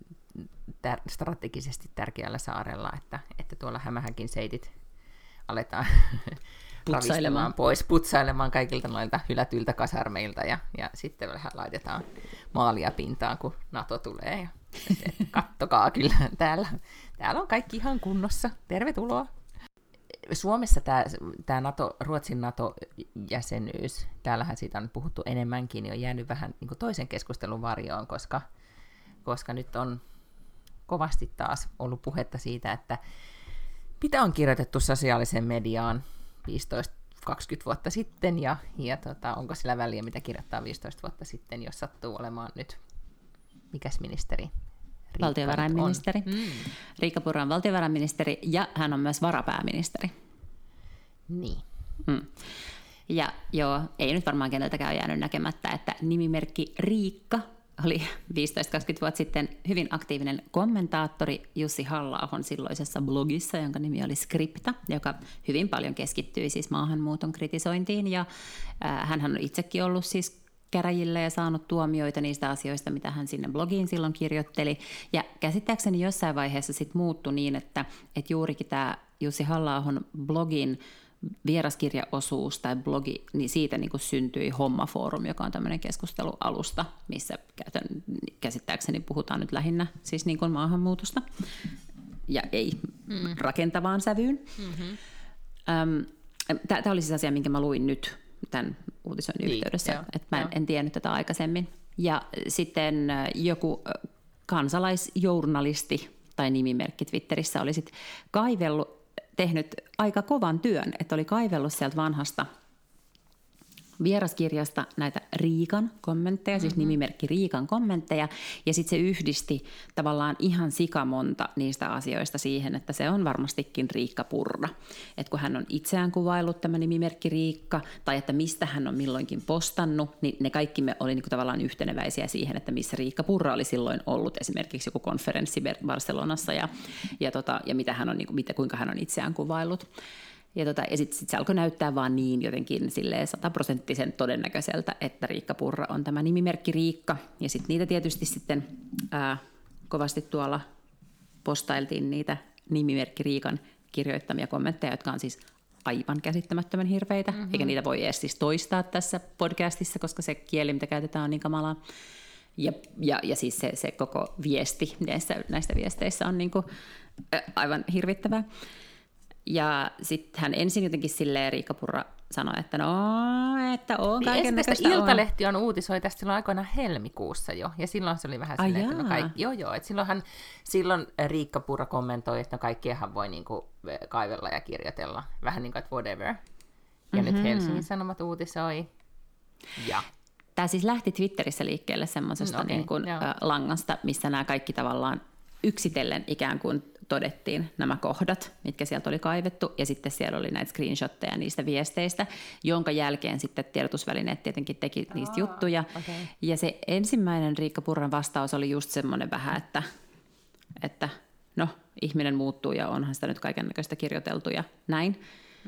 strategisesti tärkeällä saarella, että tuolla Hämähäkin seitit aletaan ravistamaan pois, putsailemaan kaikilta noilta hylätyiltä kasarmeilta ja sitten vähän laitetaan maalia pintaan, kun NATO tulee. Ja kattokaa kyllä, täällä on kaikki ihan kunnossa. Tervetuloa. Suomessa tämä Ruotsin NATO-jäsenyys, täällähän siitä on puhuttu enemmänkin, niin on jäänyt vähän niin kuin toisen keskustelun varjoon, koska nyt on kovasti taas ollut puhetta siitä, että mitä on kirjoitettu sosiaaliseen mediaan 15-20 vuotta sitten, ja onko sillä väliä, mitä kirjoittaa 15 vuotta sitten, jos sattuu olemaan nyt, mikäs ministeri? Valtiovarainministeri. Riikka Purra on valtiovarainministeri, ja hän on myös varapääministeri. Niin. Ja joo, ei nyt varmaan keneltäkään jäänyt näkemättä, että nimimerkki Riikka oli 15-20 vuotta sitten hyvin aktiivinen kommentaattori Jussi Halla-ahon silloisessa blogissa, jonka nimi oli Skripta, joka hyvin paljon keskittyi siis maahanmuuton kritisointiin, ja hänhän on itsekin ollut siis käräjillä ja saanut tuomioita niistä asioista, mitä hän sinne blogiin silloin kirjoitteli, ja käsittääkseni jossain vaiheessa sitten muuttui niin, että juurikin tämä Jussi Halla-ahon blogin vieraskirjaosuus tai blogi, niin siitä niin kuin syntyi Homma-foorum, joka on tämmöinen keskustelualusta, missä käsittääkseni puhutaan nyt lähinnä siis niin kuin maahanmuutosta ja ei rakentavaan sävyyn. Tämä oli siis asia, minkä mä luin nyt tämän uutisoinnin yhteydessä, että mä en tiennyt tätä aikaisemmin. Ja sitten joku kansalaisjournalisti tai nimimerkki Twitterissä oli sitten tehnyt aika kovan työn, että oli kaivellut sieltä vanhasta vieraskirjasta näitä Riikan kommentteja, siis nimimerkki Riikan kommentteja, ja sitten se yhdisti tavallaan ihan sikamonta niistä asioista siihen, että se on varmastikin Riikka Purra. Että kun hän on itseään kuvaillut tämä nimimerkki Riikka, tai että mistä hän on milloinkin postannut, niin ne kaikki me oli niinku tavallaan yhteneväisiä siihen, että missä Riikka Purra oli silloin ollut, esimerkiksi joku konferenssi Barcelonassa, ja mitä hän on, niinku, kuinka hän on itseään kuvaillut. Ja sitten se alkoi näyttää vaan niin jotenkin 100% todennäköiseltä, että Riikka Purra on tämä nimimerkki Riikka. Ja sitten niitä tietysti sitten kovasti tuolla postailtiin niitä nimimerkki Riikan kirjoittamia kommentteja, jotka on siis aivan käsittämättömän hirveitä, eikä niitä voi edes siis toistaa tässä podcastissa, koska se kieli, mitä käytetään, on niin kamalaa. Ja siis se koko viesti näistä viesteissä on niin kuin aivan hirvittävää. Ja sitten hän ensin jotenkin silleen Riikka Purra sanoi, että että on kaiken näköistä. Iltalehti on uutisoi tästä silloin aikoinaan helmikuussa jo, ja silloin se oli vähän silleen, että silloin Riikka Purra kommentoi, että kaikkiahan voi niinku kaivella ja kirjoitella, vähän niin kuin, että whatever. Ja nyt Helsingin Sanomat uutisoi. Ja tämä siis lähti Twitterissä liikkeelle semmoisesta niin kuin langasta, missä nämä kaikki tavallaan yksitellen ikään kuin todettiin nämä kohdat, mitkä sieltä oli kaivettu, ja sitten siellä oli näitä screenshotteja niistä viesteistä, jonka jälkeen sitten tiedotusvälineet tietenkin teki niistä juttuja. Okay. Ja se ensimmäinen Riikka Purran vastaus oli just semmoinen vähän, että no, ihminen muuttuu ja onhan sitä nyt kaikennäköistä kirjoiteltu ja näin.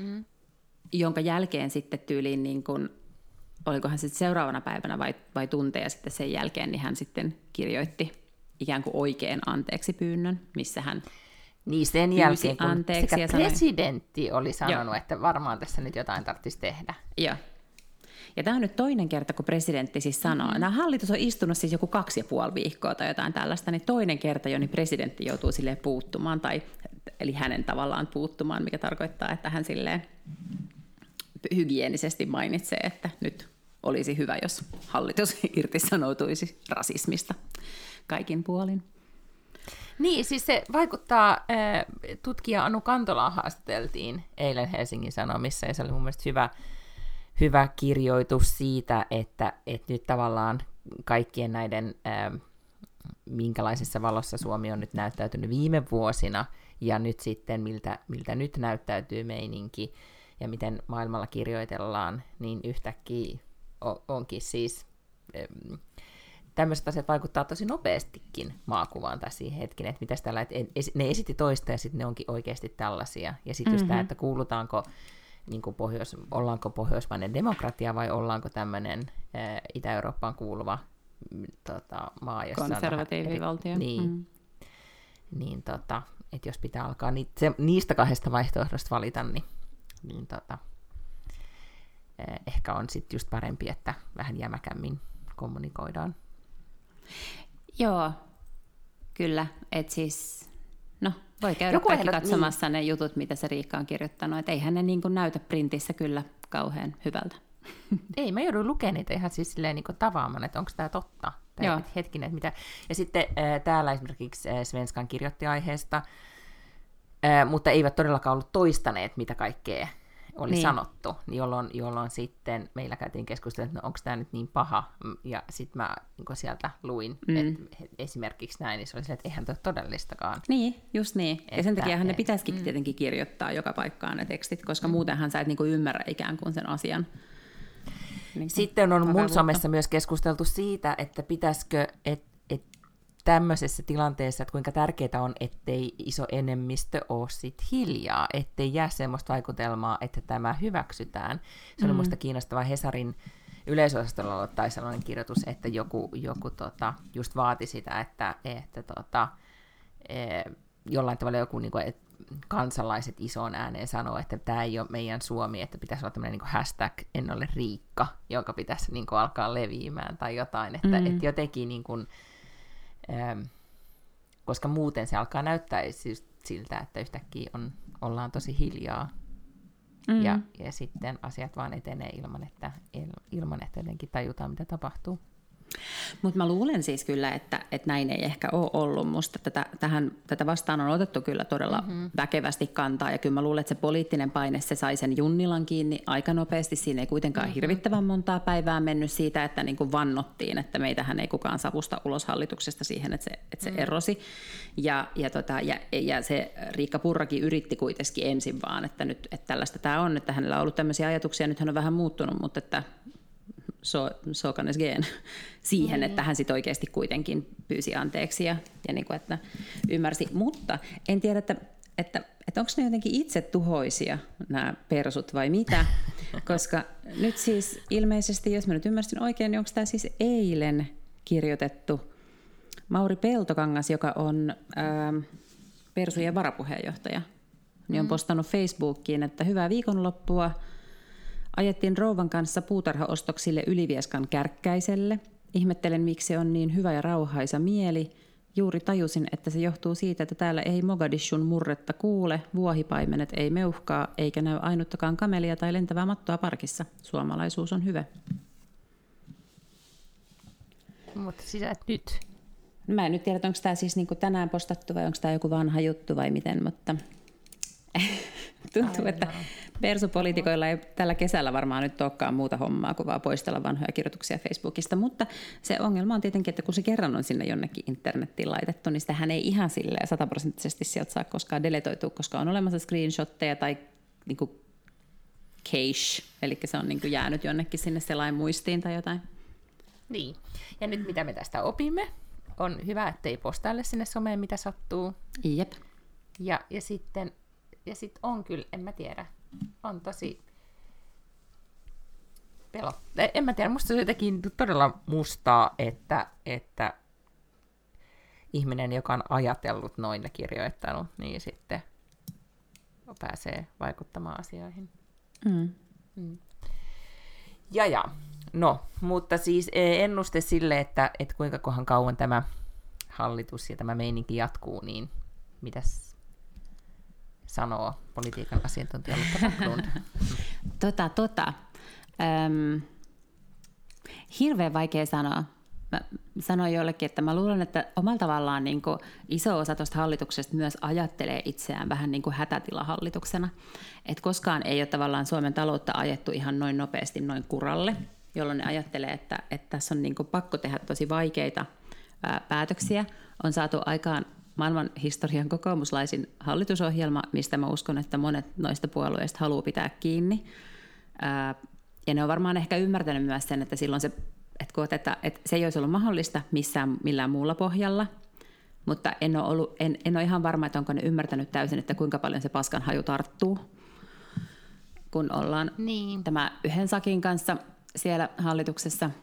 Jonka jälkeen sitten tyyliin niin kuin, olikohan sitten seuraavana päivänä vai tunteja sitten sen jälkeen, niin hän sitten kirjoitti ikään kuin oikean anteeksi pyynnön, missä hän niin sen jälkeen, kun sekä presidentti oli sanonut, että varmaan tässä nyt jotain tarvitsisi tehdä. Joo. Ja tämä on nyt toinen kerta, kun presidentti siis sanoo, nämä hallitus on istunut siis joku 2,5 viikkoa tai jotain tällaista, niin toinen kerta jo, niin presidentti joutuu silleen puuttumaan, eli hänen tavallaan puuttumaan, mikä tarkoittaa, että hän silleen hygienisesti mainitsee, että nyt olisi hyvä, jos hallitus irtisanoutuisi rasismista kaikin puolin. Niin, siis se vaikuttaa, tutkija Anu Kantolaa haastateltiin eilen Helsingin Sanomissa, ja se oli mun mielestä hyvä kirjoitus siitä, että nyt tavallaan kaikkien näiden, minkälaisessa valossa Suomi on nyt näyttäytynyt viime vuosina, ja nyt sitten miltä nyt näyttäytyy meininki, ja miten maailmalla kirjoitellaan, niin yhtäkkiä onkin siis tämmöiset asiat vaikuttaa tosi nopeastikin maakuvaan tai siihen hetkin, että mitäs tällä, että ne esitti toista ja sitten ne onkin oikeasti tällaisia. Ja sitten just tämä, että kuulutaanko, niin kuin ollaanko pohjoismainen demokratia vai ollaanko tämmöinen Itä-Eurooppaan kuuluva maa, jossa konservatiivivaltio. Niin, että jos pitää alkaa niistä kahdesta vaihtoehdosta valita, niin ehkä on sitten just parempi, että vähän jämäkämmin kommunikoidaan. Joo, kyllä. Että siis, no, voi käydä kaikki katsomassa ne jutut, mitä se Riikka on kirjoittanut. Että eihän ne niin kuin näytä printissä kyllä kauhean hyvältä. Ei, mä joudun lukemaan niitä ihan siis silleen niin kuin tavaamaan, että onko tämä totta. Hetkinen, että mitä. Ja sitten täällä esimerkiksi Svenskan kirjoitti aiheesta, mutta eivät todellakaan ollut toistaneet, mitä kaikkea oli sanottu, jolloin sitten meillä käytiin keskustelua, että no, onko tämä nyt niin paha, ja sitten mä niin sieltä luin, että esimerkiksi näin, niin se oli se, että eihän toi todellistakaan. Niin, just niin. Ja sen takiahan ne pitäisikin tietenkin kirjoittaa joka paikkaan ne tekstit, koska muutenhan sä et niin ymmärrä ikään kuin sen asian. Niin sitten on mun somessa myös keskusteltu siitä, että pitäisikö, tämmöisessä tilanteessa, että kuinka tärkeää on, ettei iso enemmistö ole sit hiljaa, ettei jää semmoista vaikutelmaa, että tämä hyväksytään. Se oli musta kiinnostava Hesarin yleisosastolla tai sellainen kirjoitus, että joku just vaati sitä, että jollain tavalla joku niin kuin, kansalaiset isoon ääneen sanoo, että tämä ei ole meidän Suomi, että pitäisi olla tämmöinen niin hashtag en ole Riikka, jonka pitäisi niin kuin alkaa leviämään tai jotain, että jotenkin niin kuin, koska muuten se alkaa näyttää siltä, että yhtäkkiä ollaan tosi hiljaa ja sitten asiat vaan etenee ilman, että jotenkin tajutaan, mitä tapahtuu. Mutta mä luulen siis kyllä, että näin ei ehkä ole ollut. Musta tätä vastaan on otettu kyllä todella väkevästi kantaa, ja kyllä mä luulen, että se poliittinen paine, se sai sen Junnilan kiinni aika nopeasti. Siinä ei kuitenkaan hirvittävän montaa päivää mennyt siitä, että niin kuin vannottiin, että meitähän ei kukaan savusta ulos hallituksesta siihen, että se erosi. Ja se Riikka Purrakin yritti kuitenkin ensin vaan, että nyt että tällaista tämä on, että hänellä on ollut tämmöisiä ajatuksia, nyt hän on vähän muuttunut, mutta että så kan es gehen siihen, että hän sitten oikeasti kuitenkin pyysi anteeksi ja niin kuin, että ymmärsi. Mutta en tiedä, että onko ne jotenkin itse tuhoisia nämä persut vai mitä, koska nyt siis ilmeisesti, jos mä nyt ymmärsin oikein, niin onko tämä siis eilen kirjoitettu Mauri Peltokangas, joka on Persujen varapuheenjohtaja, niin on postannut Facebookiin, että hyvää viikonloppua. Ajettiin rouvan kanssa puutarhaostoksille Ylivieskan Kärkkäiselle. Ihmettelen, miksi on niin hyvä ja rauhaisa mieli. Juuri tajusin, että se johtuu siitä, että täällä ei Mogadishun murretta kuule, vuohipaimenet ei meuhkaa, eikä näy ainuttakaan kamelia tai lentävää mattoa parkissa. Suomalaisuus on hyvä. Mutta sisät nyt. Mä en nyt tiedä, onko tämä siis niinku tänään postattu vai onko tämä joku vanha juttu vai miten, mutta tuntuu, että persupoliitikoilla ei tällä kesällä varmaan nyt olekaan muuta hommaa kuin vaan poistella vanhoja kirjoituksia Facebookista, mutta se ongelma on tietenkin, että kun se kerran on sinne jonnekin internettiin laitettu, niin sitähän ei ihan silleen 100% sieltä saa koskaan deletoitua, koska on olemassa screenshotteja tai niinku cache, eli se on niinku jäänyt jonnekin sinne selain muistiin tai jotain. Niin, ja nyt mitä me tästä opimme, on hyvä, ettei postaile sinne someen, mitä sattuu. Jep. Ja sitten on kyllä, en mä tiedä, on tosi en mä tiedä, musta se on jotenkin todella mustaa, että ihminen, joka on ajatellut noin ja kirjoittanut, niin sitten pääsee vaikuttamaan asioihin. Ja. No, mutta siis ennuste sille, että kuinka kohan kauan tämä hallitus ja tämä meininki jatkuu, niin mitäs sanoo politiikan asiantuntija Lukka Backlund? Hirveän vaikea sanoa. Mä sanoin jollekin, että mä luulen, että omalla tavallaan niin kuin iso osa tuosta hallituksesta myös ajattelee itseään vähän niin kuin hätätilahallituksena. Että koskaan ei ole tavallaan Suomen taloutta ajettu ihan noin nopeasti noin kuralle, jolloin ne ajattelee, että tässä on niin kuin pakko tehdä tosi vaikeita päätöksiä. On saatu aikaan maailman historian kokoomuslaisin hallitusohjelma, mistä mä uskon, että monet noista puolueista haluaa pitää kiinni. Ja ne on varmaan ehkä ymmärtänyt myös sen, että silloin se, että se ei olisi ollut mahdollista millään muulla pohjalla, mutta en ole ihan varma, että onko ne ymmärtänyt täysin, että kuinka paljon se paskan haju tarttuu, kun ollaan tämä yhden sakin kanssa siellä hallituksessa.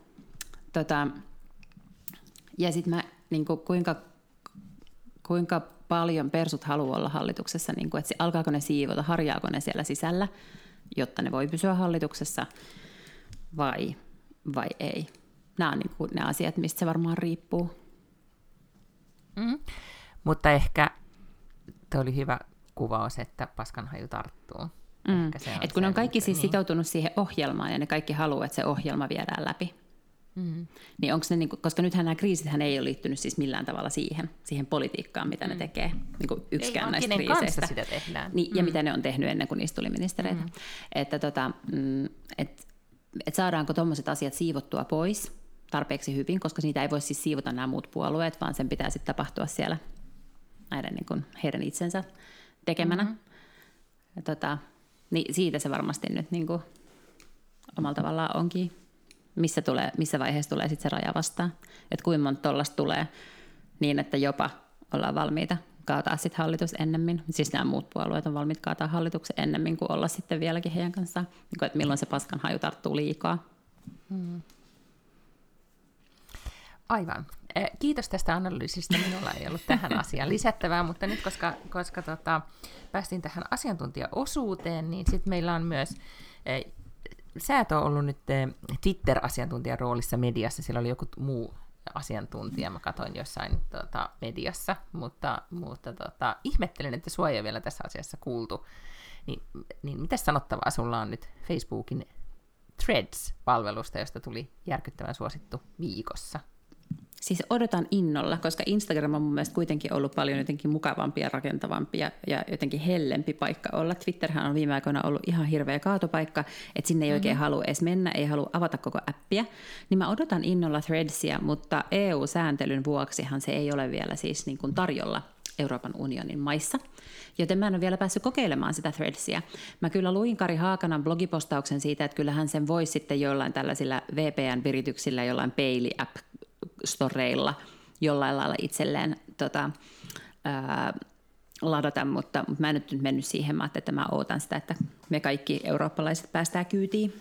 Ja sitten mä, niin kuinka paljon persut haluaa olla hallituksessa, niin kuin, että alkaako ne siivota, harjaako ne siellä sisällä, jotta ne voi pysyä hallituksessa vai ei. Nämä on niin kuin ne asiat, mistä se varmaan riippuu. Mutta ehkä tuo oli hyvä kuvaus, että paskanhaju tarttuu. Et kun on kaikki siis sitoutunut siihen ohjelmaan ja ne kaikki haluaa, että se ohjelma viedään läpi. Niin onko ne, niin kuin, koska nythän nämä kriisithän ei ole liittynyt siis millään tavalla siihen politiikkaan, mitä ne tekee. Niin kuin yksikään näistä kriiseistä. Sitä tehdään. Niin, ja mitä ne on tehnyt ennen kuin niistä tuli ministereitä. Että saadaanko tuommoiset asiat siivottua pois tarpeeksi hyvin, koska niitä ei voi siis siivota nämä muut puolueet, vaan sen pitää sitten tapahtua siellä näiden niin kuin heidän itsensä tekemänä. Niin siitä se varmasti nyt niin kuin omalla tavallaan onkin. Missä vaiheessa tulee sitten se raja vastaan. Että kuinka monta tollaista tulee niin, että jopa ollaan valmiita kaataa sitten hallitus ennemmin. Siis nämä muut puolueet on valmiit kaataa hallituksen ennemmin kuin olla sitten vieläkin heidän kanssaan. Niin että milloin se paskan haju tarttuu liikaa. Aivan. Kiitos tästä analyysistä. Minulla ei ollut tähän asiaan lisättävää, mutta nyt koska päästiin tähän asiantuntijaosuuteen, niin sitten meillä on myös... Sä et ole ollut nyt Twitter-asiantuntijan roolissa mediassa, siellä oli joku muu asiantuntija, mä katsoin jossain mediassa, mutta ihmettelen, että sua ei ole vielä tässä asiassa kuultu. Niin mitä sanottavaa sulla on nyt Facebookin Threads-palvelusta, josta tuli järkyttävän suosittu viikossa? Siis odotan innolla, koska Instagram on mun mielestä kuitenkin ollut paljon jotenkin mukavampi ja rakentavampi ja jotenkin hellempi paikka olla. Twitterhän on viime aikoina ollut ihan hirveä kaatopaikka, että sinne ei oikein halua edes mennä, ei halua avata koko appia. Niin mä odotan innolla Threadsia, mutta EU-sääntelyn vuoksihan se ei ole vielä siis niin kuin tarjolla Euroopan unionin maissa. Joten mä en ole vielä päässyt kokeilemaan sitä Threadsia. Mä kyllä luin Kari Haakanan blogipostauksen siitä, että kyllähän sen voisi sitten jollain tällaisilla VPN-virityksillä, jollain peili-app-storeilla jollain lailla itselleen ladata, mutta mä en nyt mennyt siihen, että mä ootan sitä, että me kaikki eurooppalaiset päästään kyytiin.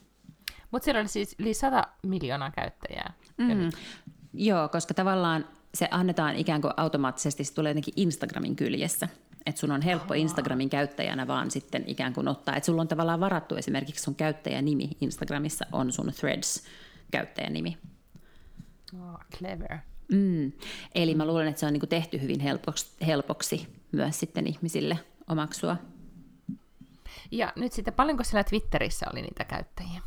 Mutta siellä oli siis yli 100 miljoonaa käyttäjää. Joo, koska tavallaan se annetaan ikään kuin automaattisesti, se tulee jotenkin Instagramin kyljessä. Että sun on helppo Instagramin käyttäjänä vaan sitten ikään kuin ottaa. Että sulla on tavallaan varattu esimerkiksi sun käyttäjänimi Instagramissa on sun Threads-käyttäjänimi. Clever. Eli mä luulen, että se on niin kuin tehty hyvin helpoksi myös sitten ihmisille omaksua. Ja nyt sitten, paljonko siellä Twitterissä oli niitä käyttäjiä?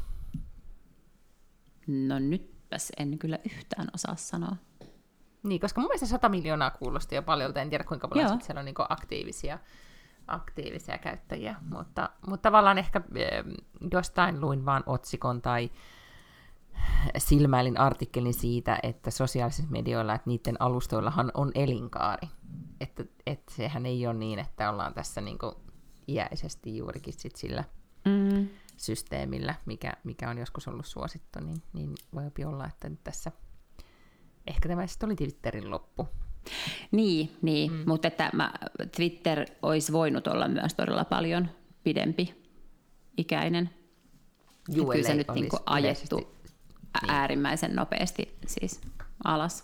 No nytpäs en kyllä yhtään osaa sanoa. Niin, koska mun mielestä 100 miljoonaa kuulosti jo paljolta. En tiedä, kuinka paljon siellä on niin kuin aktiivisia käyttäjiä. Mutta tavallaan ehkä jostain luin vaan otsikon tai silmäilin artikkelin siitä, että sosiaalisilla medioilla, että niiden alustoillahan on elinkaari. Että sehän ei ole niin, että ollaan tässä niin kuin iäisesti juurikin sit sillä systeemillä, mikä on joskus ollut suosittu, niin voi olla, että nyt tässä ehkä tämä sitten oli Twitterin loppu. Niin, mutta että Twitter olisi voinut olla myös todella paljon pidempi ikäinen. Kyllä se nyt niin kuin ajettu äärimmäisen nopeasti siis alas.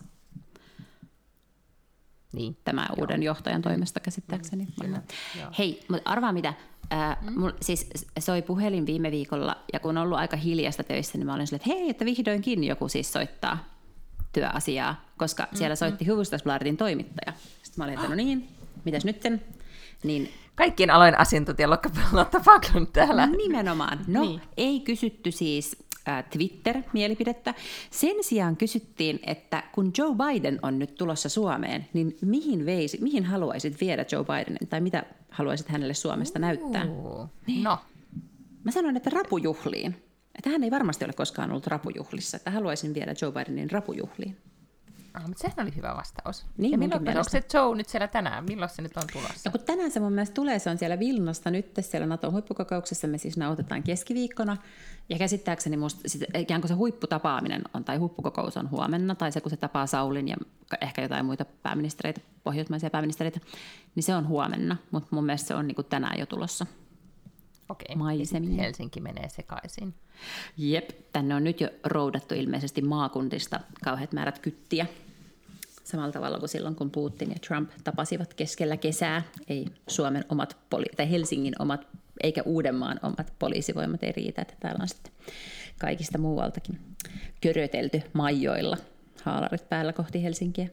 Niin. Tämä uuden johtajan toimesta käsittääkseni. Hei, mutta arvaa mitä. Siis soi puhelin viime viikolla, ja kun on ollut aika hiljasta töissä, niin mä olin silleen, että hei, että vihdoinkin joku siis soittaa työasiaa, koska siellä soitti Hufvudstadsbladetin toimittaja. Sitten mä olin, että no niin, mitäs nytten? Niin, kaikkien alojen asiantuntija Lotta Backlund täällä. Nimenomaan. No, niin. Ei kysytty siis Twitter-mielipidettä. Sen sijaan kysyttiin, että kun Joe Biden on nyt tulossa Suomeen, niin mihin haluaisit viedä Joe Bidenin, tai mitä haluaisit hänelle Suomesta näyttää? Niin. No. Mä sanoin, että rapujuhliin. Että hän ei varmasti ole koskaan ollut rapujuhlissa, että haluaisin viedä Joe Bidenin rapujuhliin. Mutta sehän oli hyvä vastaus. Niin, ja onko se Joe nyt siellä tänään? Milloin se nyt on tulossa? No, kun tänään se mun mielestä tulee, se on siellä Vilnasta nyt, siellä Naton huippukokouksessa, me siis nauhoitetaan keskiviikkona, ja käsittääkseni musta ikään kuin se huipputapaaminen on, tai huippukokous on huomenna, tai se kun se tapaa Saulin ja ehkä jotain muita pääministereitä, pohjoismaisia pääministereitä, niin se on huomenna, mutta mun mielestä se on niin kuin tänään jo tulossa. Okei, ja Helsinki menee sekaisin. Jep, tänne on nyt jo roudattu ilmeisesti maakuntista kauheat määrät kyttiä. Samalla tavalla kuin silloin, kun Putin ja Trump tapasivat keskellä kesää. Ei Suomen omat, tai Helsingin omat, eikä Uudenmaan omat poliisivoimat ei riitä, että täällä on sitten kaikista muualtakin körötelty maijoilla haalarit päällä kohti Helsinkiä.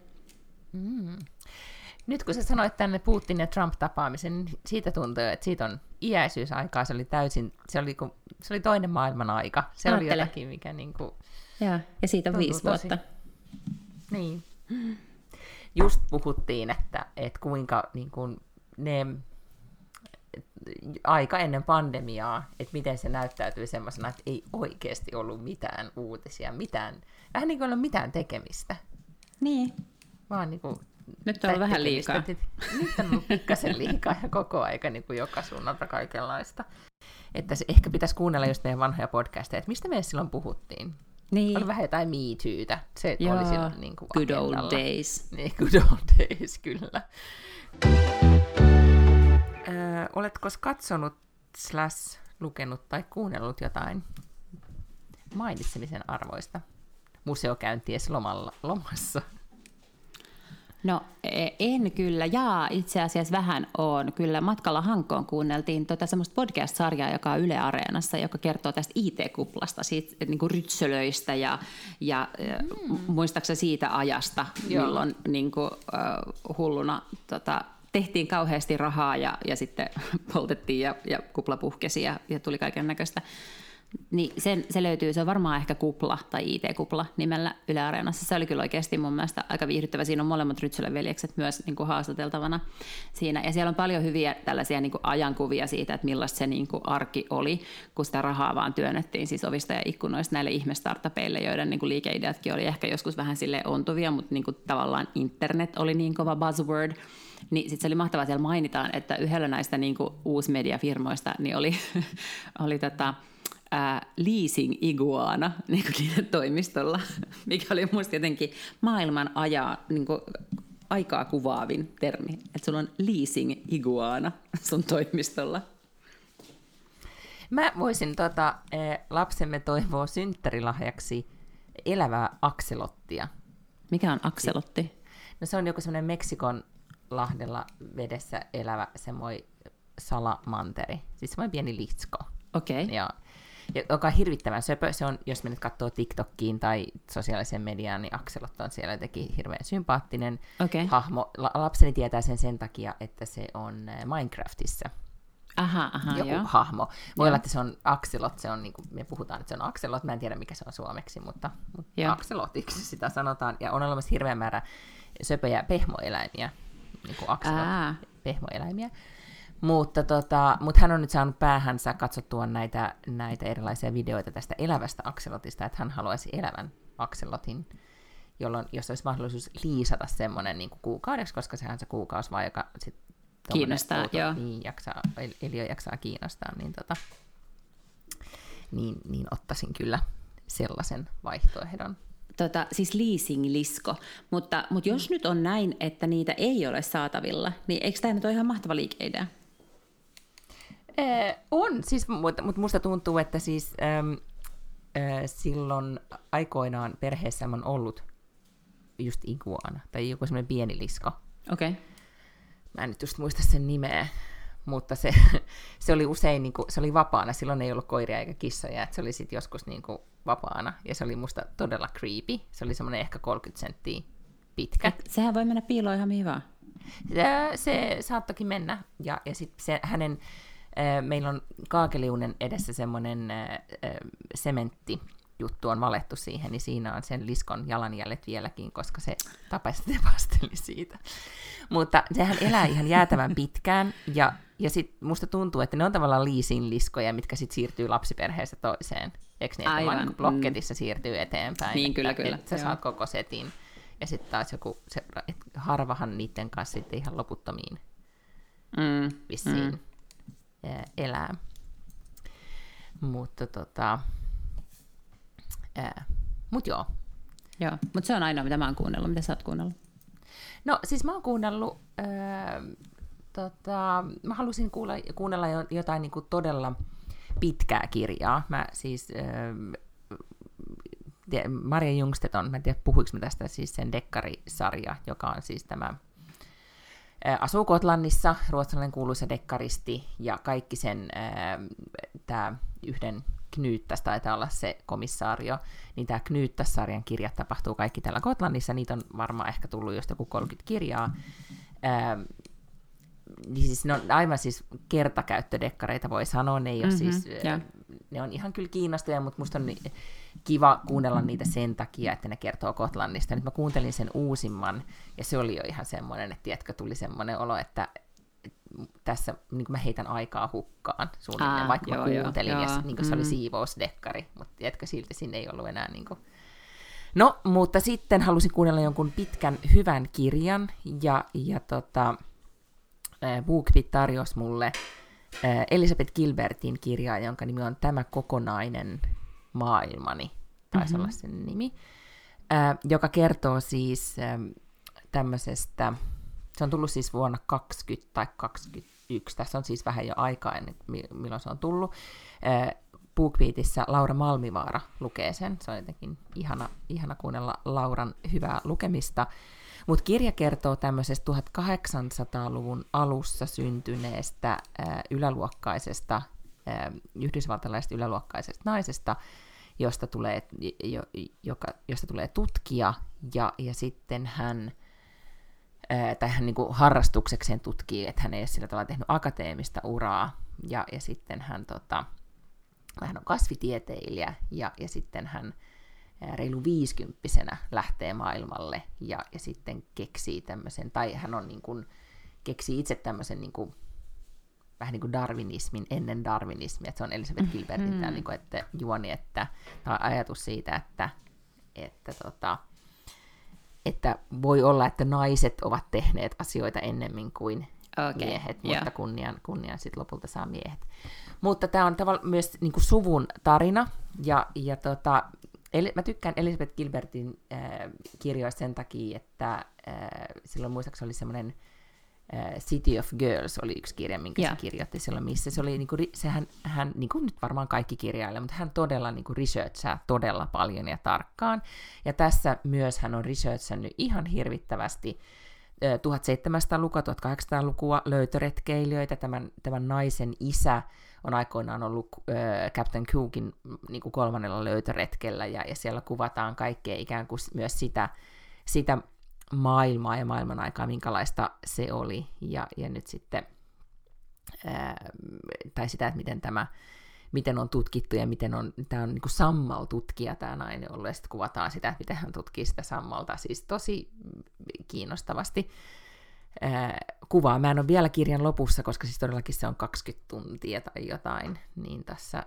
Nyt kun sä sanoit tänne Putin ja Trump-tapaamisen, niin siitä tuntuu, että siitä on iäisyysaikaa, se oli toinen maailman aika. Se oli jotakin, mikä niinku ja siitä on 5 vuotta. Niin. Just puhuttiin, että kuinka niin kuin ne aika ennen pandemiaa, että miten se näyttäytyy semmoisena, että ei oikeasti ollut mitään uutisia, vähän niin kuin ei ollut mitään tekemistä. Niin. Vaan niin kuin nyt on ollut vähän liikaa. Nyt on ollut pikkasen liikaa ja koko aika niin kuin joka suunnalta kaikenlaista. Että se ehkä pitäisi kuunnella just meidän vanhoja podcasteja, että mistä me silloin puhuttiin. Niin. Oli vähän jotain Me Tootä. Se oli silloin niin kuin good old days. Niin, good old days, kyllä. Oletko katsonut / lukenut tai kuunnellut jotain mainitsemisen arvoista museokäynties lomassa? No en kyllä, itse asiassa vähän on. Kyllä matkalla Hankoon kuunneltiin semmoista podcast-sarjaa, joka on Yle Areenassa, joka kertoo tästä IT-kuplasta, siitä niin kuin rytsölöistä ja muistaakseni siitä ajasta, milloin niin kuin, hulluna tehtiin kauheasti rahaa ja sitten poltettiin ja kupla puhkesi ja tuli kaiken näköistä. Niin se löytyy, se on varmaan ehkä Kupla tai IT-kupla nimellä Yle Areenassa. Se oli kyllä oikeasti mun mielestä aika viihdyttävä. Siinä on molemmat Rytsölän veljekset myös niin kuin haastateltavana siinä. Ja siellä on paljon hyviä tällaisia niin kuin ajankuvia siitä, että millaista se niin kuin arki oli, kun sitä rahaa vaan työnnettiin siis ovista ja ikkunoista näille ihmestartupeille, joiden niin kuin liikeideatkin oli ehkä joskus vähän silleen ontuvia, mutta niin kuin tavallaan internet oli niin kova buzzword. Niin sitten se oli mahtavaa, siellä mainitaan, että yhdellä näistä niin kuin uusmediafirmoista niin oli leasing iguana niin kuin niiden toimistolla, mikä oli musta jotenkin maailman niin kuin aikaa kuvaavin termi, että sulla on leasing iguana sun toimistolla. Mä voisin lapsemme toivoa synttärilahjaksi elävää akselottia. Mikä on akselotti? No se on joku semmoinen Meksikon lahdella vedessä elävä semmoinen salamanteri, siis semmoinen pieni litsko. Okei. Ja joka on hirvittävän söpö. Se on, jos me nyt katsoo TikTokiin tai sosiaalisen mediaan, niin Axelot on siellä jotenkin hirveän sympaattinen hahmo. Lapseni tietää sen takia, että se on Minecraftissa. Joku hahmo. Voi olla, että se on Axelot, se on, niin kuin me puhutaan, että se on Axelot, mä en tiedä mikä se on suomeksi, mutta Axelotiksi sitä sanotaan. Ja on olemassa hirveän määrä söpöjä pehmoeläimiä, niin kuin Axelot, pehmoeläimiä. Mutta hän on nyt saanut päähänsä katsottua näitä erilaisia videoita tästä elävästä akselotista, että hän haluaisi elävän akselotin, jos olisi mahdollisuus liisata semmoinen niin kuin kuukaudeksi, koska sehän se kuukausi vaan, joka sitten kiinnostaa, joo. Eliö jaksaa kiinnostaa, niin ottaisin kyllä sellaisen vaihtoehdon. Siis leasing-lisko, mutta jos nyt on näin, että niitä ei ole saatavilla, niin eikö tämä nyt ole ihan mahtava liikeidea? On, siis, mutta musta tuntuu, että siis silloin aikoinaan perheessä on ollut just iguana, tai joku semmoinen pieni lisko. Okei. Mä en nyt just muista sen nimeä, mutta se oli usein, niin kuin, se oli vapaana, silloin ei ollut koiria eikä kissoja, että se oli sitten joskus niin kuin vapaana, ja se oli musta todella creepy, se oli semmoinen ehkä 30 senttiä pitkä. Sehän voi mennä piiloon ihan mihin vaan. Se saattokin mennä, ja sitten hänen, meillä on kaakeliunen edessä semmoinen sementtijuttu on valettu siihen, niin siinä on sen liskon jalanjäljet vieläkin, koska se tapasteli siitä. Mutta sehän elää ihan jäätävän pitkään, ja sitten musta tuntuu, että ne on tavallaan leasing-liskoja, mitkä sitten siirtyy lapsiperheestä toiseen. Eikö niin, että vaan Blocketissa siirtyy eteenpäin? Niin, kyllä. Että sä saat koko setin, ja sitten taas joku, harvahan niiden kanssa sitten ihan loputtomiin vissiin elää. Mutta mut joo. Joo, mutta se on ainoa, mitä mä oon kuunnellut. Mitä sä oot kuunnellut? No siis mä oon kuunnellut, mä halusin kuunnella jotain niin kuin todella pitkää kirjaa. Mä siis, Maria Ljungstedt mä en tiedä puhuinko mä tästä, siis sen dekkarisarja, joka on siis tämä, asuu Gotlannissa, ruotsalainen kuuluisa dekkaristi, ja kaikki sen, tämä yhden Knyyttäs taitaa olla se komissaario, niin tämä Knyyttäs-sarjan kirjat tapahtuu kaikki täällä Gotlannissa, niitä on varmaan ehkä tullut just joku 30 kirjaa. Niin siis ne on aivan siis kertakäyttödekkareita, voi sanoa, ne ei ole siis, ne on ihan kyllä kiinnostavia, mutta musta on kiva kuunnella niitä sen takia, että ne kertoo Gotlannista. Nyt mä kuuntelin sen uusimman, ja se oli jo ihan semmoinen, että tiedätkö, tuli semmoinen olo, että tässä niin mä heitän aikaa hukkaan suunnilleen, vaikka mä kuuntelin, ja niin se oli siivousdekkari, mutta tiedätkö, silti siinä ei ollut enää niin kuin. No, mutta sitten halusin kuunnella jonkun pitkän, hyvän kirjan, ja BookBeat tarjosi mulle Elizabeth Gilbertin kirjaa, jonka nimi on Tämä kokonainen maailmani, taisi olla sen nimi, joka kertoo siis tämmöisestä. Se on tullut siis vuonna 2020 tai 2021. Tässä on siis vähän jo aikaa ennen, milloin se on tullut. BookBeatissä Laura Malmivaara lukee sen. Se on jotenkin ihana kuunnella Lauran hyvää lukemista. Mutta kirja kertoo tämmöisestä 1800-luvun alussa syntyneestä yläluokkaisesta, yhdysvaltalaisesta yläluokkaisesta naisesta, josta tulee tutkija, ja sitten hän niin kuin harrastuksekseen tutkii, että hän ei ole sillä tavalla tehnyt akateemista uraa, ja sitten hän on kasvitieteilijä, ja sitten hän reilu 50-vuotiaana lähtee maailmalle, ja sitten keksii tämmöisen, tai hän on niin kuin, keksii itse tämmöisen niin kuin, vähän niin kuin darwinismin ennen darwinismia, että se on Elizabeth Gilbertin tämä niin kuin, että juoni, että tämä ajatus siitä, että voi olla, että naiset ovat tehneet asioita ennemmin kuin miehet, mutta kunnian sitten lopulta saa miehet. Mutta tämä on tavallaan myös niin kuin suvun tarina, ja mä tykkään Elizabeth Gilbertin kirjoista sen takia, että silloin muistaakseni oli semmoinen City of Girls oli yksi kirja, minkä se kirjoitti silloin, missä se oli, niinku, hän niin kuin nyt varmaan kaikki kirjailee, mutta hän todella niinku researchaa todella paljon ja tarkkaan. Ja tässä myös hän on researchannut ihan hirvittävästi 1700-lukua, 1800-lukua löytöretkeilijöitä. Tämän naisen isä on aikoinaan ollut Captain Cookin niinku 3. löytöretkellä, ja siellä kuvataan kaikkea ikään kuin myös sitä maailmaa ja maailman aikaa, minkälaista se oli, ja nyt sitten, tai sitä, että miten on tutkittu, ja tämä on niin kuin sammaltutkija tämä nainen ollut, ja sitten kuvataan sitä, että miten hän tutkii sitä sammalta, siis tosi kiinnostavasti kuvaa. Mä en ole vielä kirjan lopussa, koska siis todellakin se on 20 tuntia tai jotain, niin tässä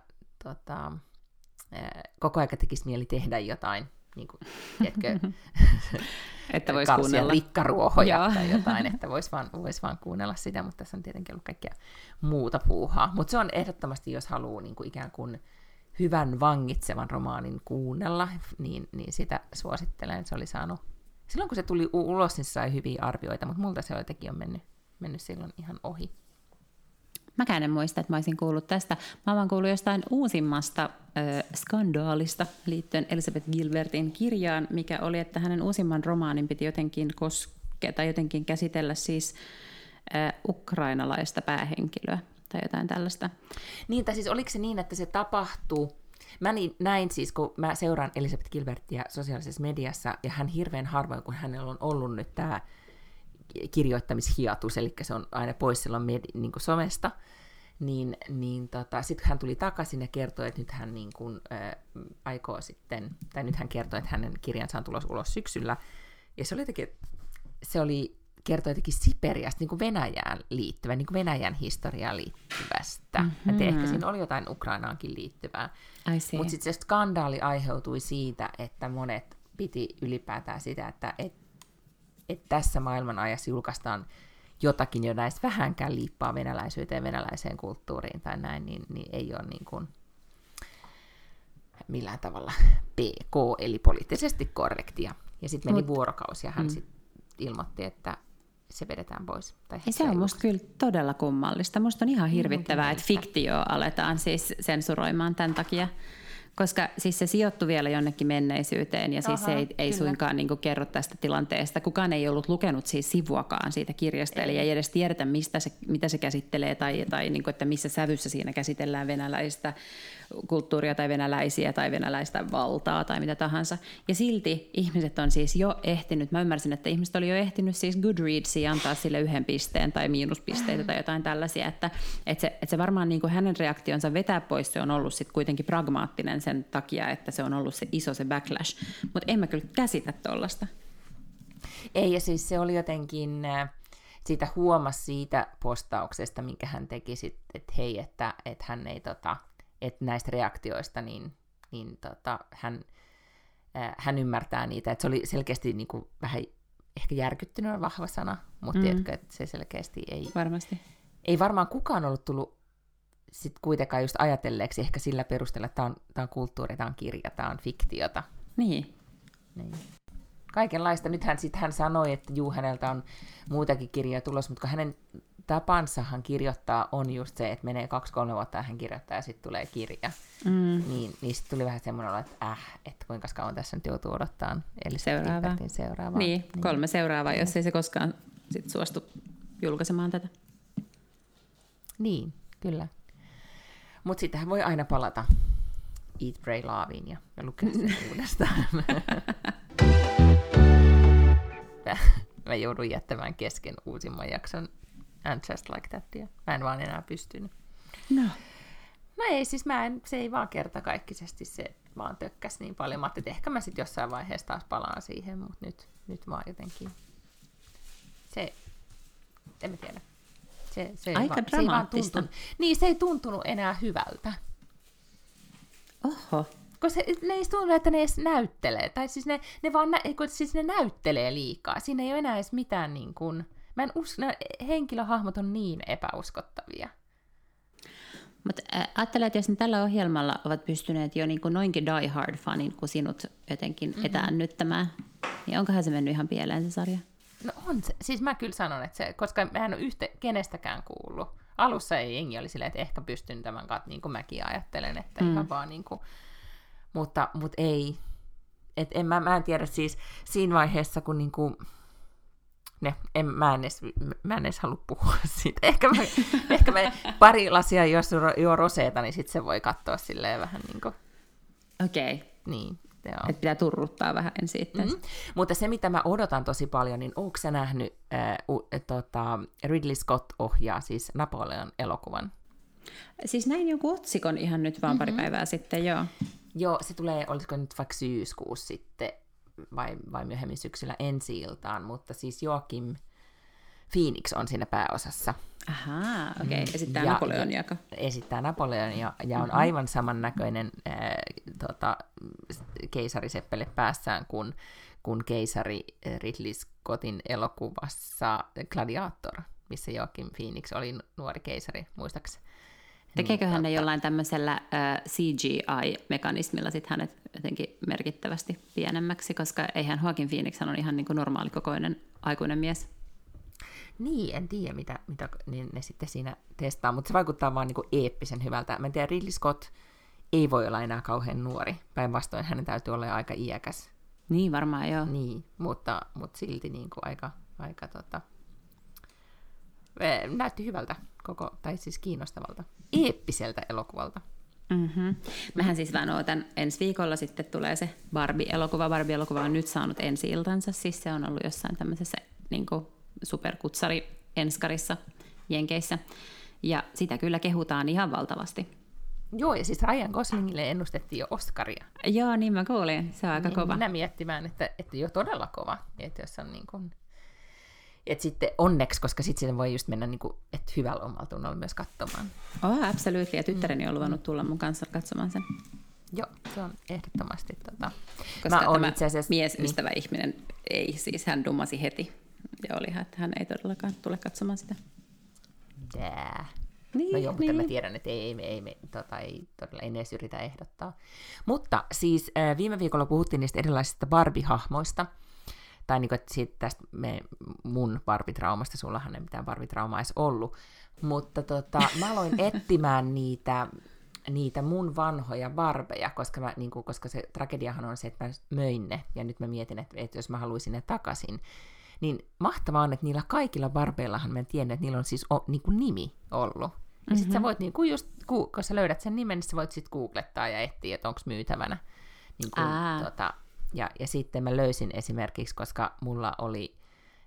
koko ajan tekisi mieli tehdä jotain, niin kuin, tiedätkö, että voisi kuunnella rikkaruohoja tai jotain, että vois vaan kuunnella sitä, mutta tässä on tietenkin ollut kaikkea muuta puuhaa. Mutta se on ehdottomasti, jos haluaa niin kuin ikään kuin hyvän vangitsevan romaanin kuunnella, niin sitä suosittelen. Se oli saanut, silloin kun se tuli ulos, niin se sai hyviä arvioita, mutta multa se jotenkin on mennyt silloin ihan ohi. Mäkään en muista, että mä olisin kuullut tästä. Mä oon kuullut jostain uusimmasta skandaalista liittyen Elizabeth Gilbertin kirjaan, mikä oli, että hänen uusimman romaanin piti jotenkin käsitellä siis ukrainalaista päähenkilöä tai jotain tällaista. Niin, tai siis oliko se niin, että se tapahtuu? Mä näin siis, kun mä seuraan Elizabeth Gilbertia sosiaalisessa mediassa, ja hän hirveän harvoin, kun hänellä on ollut nyt tämä kirjoittamishiatus, eli se on aina pois silloin niin kuin somesta, niin sitten hän tuli takaisin ja kertoi, että nyt hän niin kuin, aikoo sitten, tai nyt hän kertoi, että hänen kirjansa on tulossa ulos syksyllä, ja kertoi jotenkin Siperiasta, niin kuin Venäjään liittyvä, niin kuin Venäjän historiaan liittyvästä. Mm-hmm. Että ehkä siinä oli jotain Ukrainaankin liittyvää. Mutta sitten se skandaali aiheutui siitä, että monet piti ylipäätään sitä, että tässä maailmanajassa julkaistaan jotakin, jo näistä vähänkään liippaa venäläisyyteen, venäläiseen kulttuuriin tai näin, niin ei ole niin kuin millään tavalla PK, eli poliittisesti korrektia. Ja sitten meni vuorokausi, ja hän sitten ilmoitti, että se vedetään pois. Tai se on musta kyllä todella kummallista. Musta on ihan hirvittävää, että fiktio aletaan siis sensuroimaan tämän takia. Koska siis se sijoittui vielä jonnekin menneisyyteen, ja siis se ei suinkaan niin kuin kerro tästä tilanteesta. Kukaan ei ollut lukenut siis sivuakaan siitä kirjasta, eli ei edes tiedetä, mitä se käsittelee, tai niin kuin, että missä sävyssä siinä käsitellään venäläistä kulttuuria tai venäläisiä tai venäläistä valtaa tai mitä tahansa. Ja silti ihmiset on siis jo ehtinyt, mä ymmärsin, että ihmiset oli jo ehtinyt siis Goodreadsiin antaa sille 1 pisteen tai miinuspisteitä tai jotain tällaisia, että se varmaan niin kuin hänen reaktionsa vetää pois, se on ollut sitten kuitenkin pragmaattinen sen takia, että se on ollut se iso se backlash, mutta en mä kyllä käsitä tollaista. Ei, ja siis se oli jotenkin, siitä huomasi siitä postauksesta, minkä hän teki sitten, että hei, että hän ei että näistä reaktioista, hän ymmärtää niitä, että se oli selkeästi niin kuin vähän ehkä järkyttynyt on vahva sana, mutta tiedätkö, että se selkeästi ei... Varmasti. Ei varmaan kukaan ollut tullut sit kuitenkaan just ajatelleeksi ehkä sillä perusteella, että tämä on kulttuuri, tämä on kirja, tämä on fiktiota. Niin. Kaikenlaista. Nythän hän sanoi, että häneltä on muutakin kirjoja tulossa, mutta hänen tapansahan kirjoittaa on just se, että menee 2-3 vuotta ja hän kirjoittaa ja sitten tulee kirja. Niin sitten tuli vähän semmoinen olo, että kuinka kauan tässä nyt joutuu odottaa seuraavaa. Niin, 3 seuraavaa, jos ei se koskaan sit suostu julkaisemaan tätä. Niin, kyllä. Mutta sittenhän voi aina palata Eat, Pray, Loveen ja lukea sen uudestaan. Mä joudun jättämään kesken uusimman jakson And Just Like That. Mä en vaan enää pystynyt. No ei, siis se ei vaan kertakaikkisesti, se vaan tökkäs niin paljon. Mä ajattelin, että ehkä mä sitten jossain vaiheessa taas palaan siihen, mutta nyt vaan jotenkin en mä tiedä. Se aika dramaattista. Se ei tuntunut enää hyvältä. Oho. Koska ne ei tunnu, että ne edes näyttelee. Tai siis ne näyttelee liikaa. Siinä ei ole enää edes mitään niin kuin... Mä en usko, henkilöhahmot on niin epäuskottavia. Mutta ajattelen, että jos ne tällä ohjelmalla ovat pystyneet jo niin kuin noinkin Die Hard-fanin kuin sinut jotenkin etäännyttämään, niin onkohan se mennyt ihan pieleen se sarja? No on se. Siis mä kyllä sanon, että se, koska mä en ole kenestäkään kuullut. Alussa ei jengi oli silleen, että ehkä pystyn tämän kanssa, niin kuin mäkin ajattelen, että ihan vaan niin kuin, mutta ei. Mä en tiedä siis siinä vaiheessa, kun niinku, mä en edes halua puhua siitä. Ehkä mä pari lasia, jos juo roseeta, niin sit se voi katsoa silleen vähän niin kuin. Okei. Okay. Niin. Että pitää turruttaa vähän ensin. Mutta se, mitä mä odotan tosi paljon, niin ootko sä nähnyt Ridley Scott ohjaa siis Napoleon elokuvan? Siis näin jonkun otsikon ihan nyt vaan pari päivää sitten, joo. Joo, se tulee, olisiko nyt vaikka syyskuussa sitten, vai myöhemmin syksyllä ensi-iltaan, mutta siis Joaquin Phoenix on siinä pääosassa. Ahaa, okei. Okay. Esittää Napoleonia. Esittää Napoleonia ja on aivan samannäköinen keisariseppele päässään kuin keisari Ridley Scottin elokuvassa Gladiator, missä Joaquin Phoenix oli nuori keisari, muistaakseni. Tekeekö hän jollain tämmöisellä CGI-mekanismilla sit hänet jotenkin merkittävästi pienemmäksi, koska eihän Joaquin Phoenix on ihan niin kuin normaalikokoinen aikuinen mies? Niin, en tiedä, mitä niin ne sitten siinä testaa, mutta se vaikuttaa vaan niin kuin eeppisen hyvältä. Mä en tiedä, Ridley Scott ei voi olla enää kauhean nuori. Päinvastoin hänen täytyy olla aika iäkäs. Niin, varmaan joo. Niin, mutta silti niin kuin aika näytti hyvältä, tai siis kiinnostavalta, eeppiseltä elokuvalta. Mm-hmm. Mähän siis vaan ootan, ensi viikolla sitten tulee se Barbie-elokuva. Barbie-elokuva on nyt saanut ensi-iltansa, siis se on ollut jossain tämmöisessä niin kuin superkutsari-enskarissa Jenkeissä, ja sitä kyllä kehutaan ihan valtavasti. Joo, ja siis Ryan Goslingille ennustettiin jo Oscaria. Joo, niin mä kuulin, se on aika kova. Minä miettimään, että jo todella kova, että jos on niin kuin. Että sitten onneksi, koska sitten voi just mennä niinku, että hyvällä omalla tunnolla myös katsomaan. Absolutely, ja tyttäreni on luvannut tulla mun kanssa katsomaan sen. Joo, se on ehdottomasti. Koska tämä miesystävä ihminen ei, siis hän dummasi heti. Ja olihan, että hän ei todellakaan tule katsomaan sitä. Niin, no joo, mutta mä tiedän, että ei todella ei edes yritä ehdottaa. Mutta siis viime viikolla puhuttiin niistä erilaisista Barbie-hahmoista. Tai niin kuin, että siitä tästä mun Barbie-traumasta, sullahan ei mitään Barbie-traumaa edes ollut. Mutta mä aloin etsimään niitä mun vanhoja Barbeja, koska se tragediahan on se, että mä möin ne, ja nyt mä mietin, että jos mä haluaisin ne takaisin, niin mahtavaa on, että niillä kaikilla Barbeillahan mä en tiedä, että niillä on siis niinku nimi ollut. Ja sit sä voit, niinku just, kun sä löydät sen nimen, niin sä voit sit googlettaa ja etsiä, että onko myytävänä. Niin ja sitten mä löysin esimerkiksi, koska mulla oli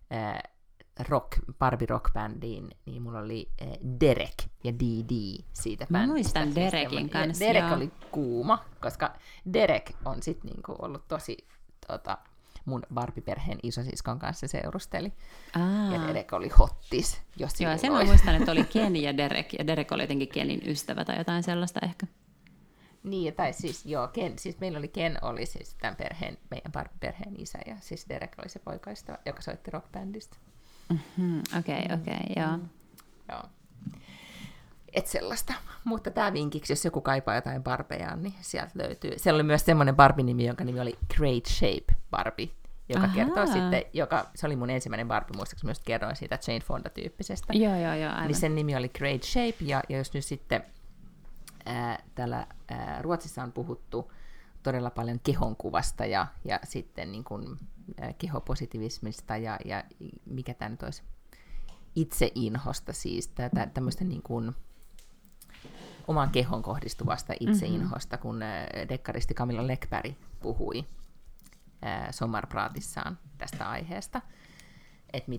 Barbie Rock-bändiin, niin mulla oli Derek ja DD siitä bändistä. Mä muistan Derekin kanssa. Derek oli kuuma, koska Derek on sitten niinku ollut tosi mun Barbie-perheen isosiskon kanssa seurusteli. Ja Derek oli hottis. Joo, sen mä muistan, että oli Ken ja Derek oli jotenkin Kenin ystävä tai jotain sellaista ehkä. Niin, tai siis siis meillä oli Ken oli siis tämän meidän Barbie-perheen isä, ja siis Derek oli se poikaystävä, joka soitti rockbändistä. Okei, joo. Joo. Et sellaista. Mutta tämä vinkiksi, jos joku kaipaa jotain Barbeja, niin sieltä löytyy. Siellä oli myös semmoinen Barbie-nimi, jonka nimi oli Great Shape Barbie, joka kertoo sitten, se oli mun ensimmäinen Barbie, muistaakseni myös kerroin siitä Jane Fonda-tyyppisestä. Joo, aivan. Niin sen nimi oli Great Shape, ja jos nyt sitten täällä Ruotsissa on puhuttu todella paljon kehonkuvasta ja sitten niin kuin kehopositivismista ja mikä tämä nyt olisi, itseinhosta siis, tämmöistä niin kuin omaan kehon kohdistuvasta itseinhosta, kun dekkaristi Camilla Läckberg puhui Sommarpratissaan tästä aiheesta, että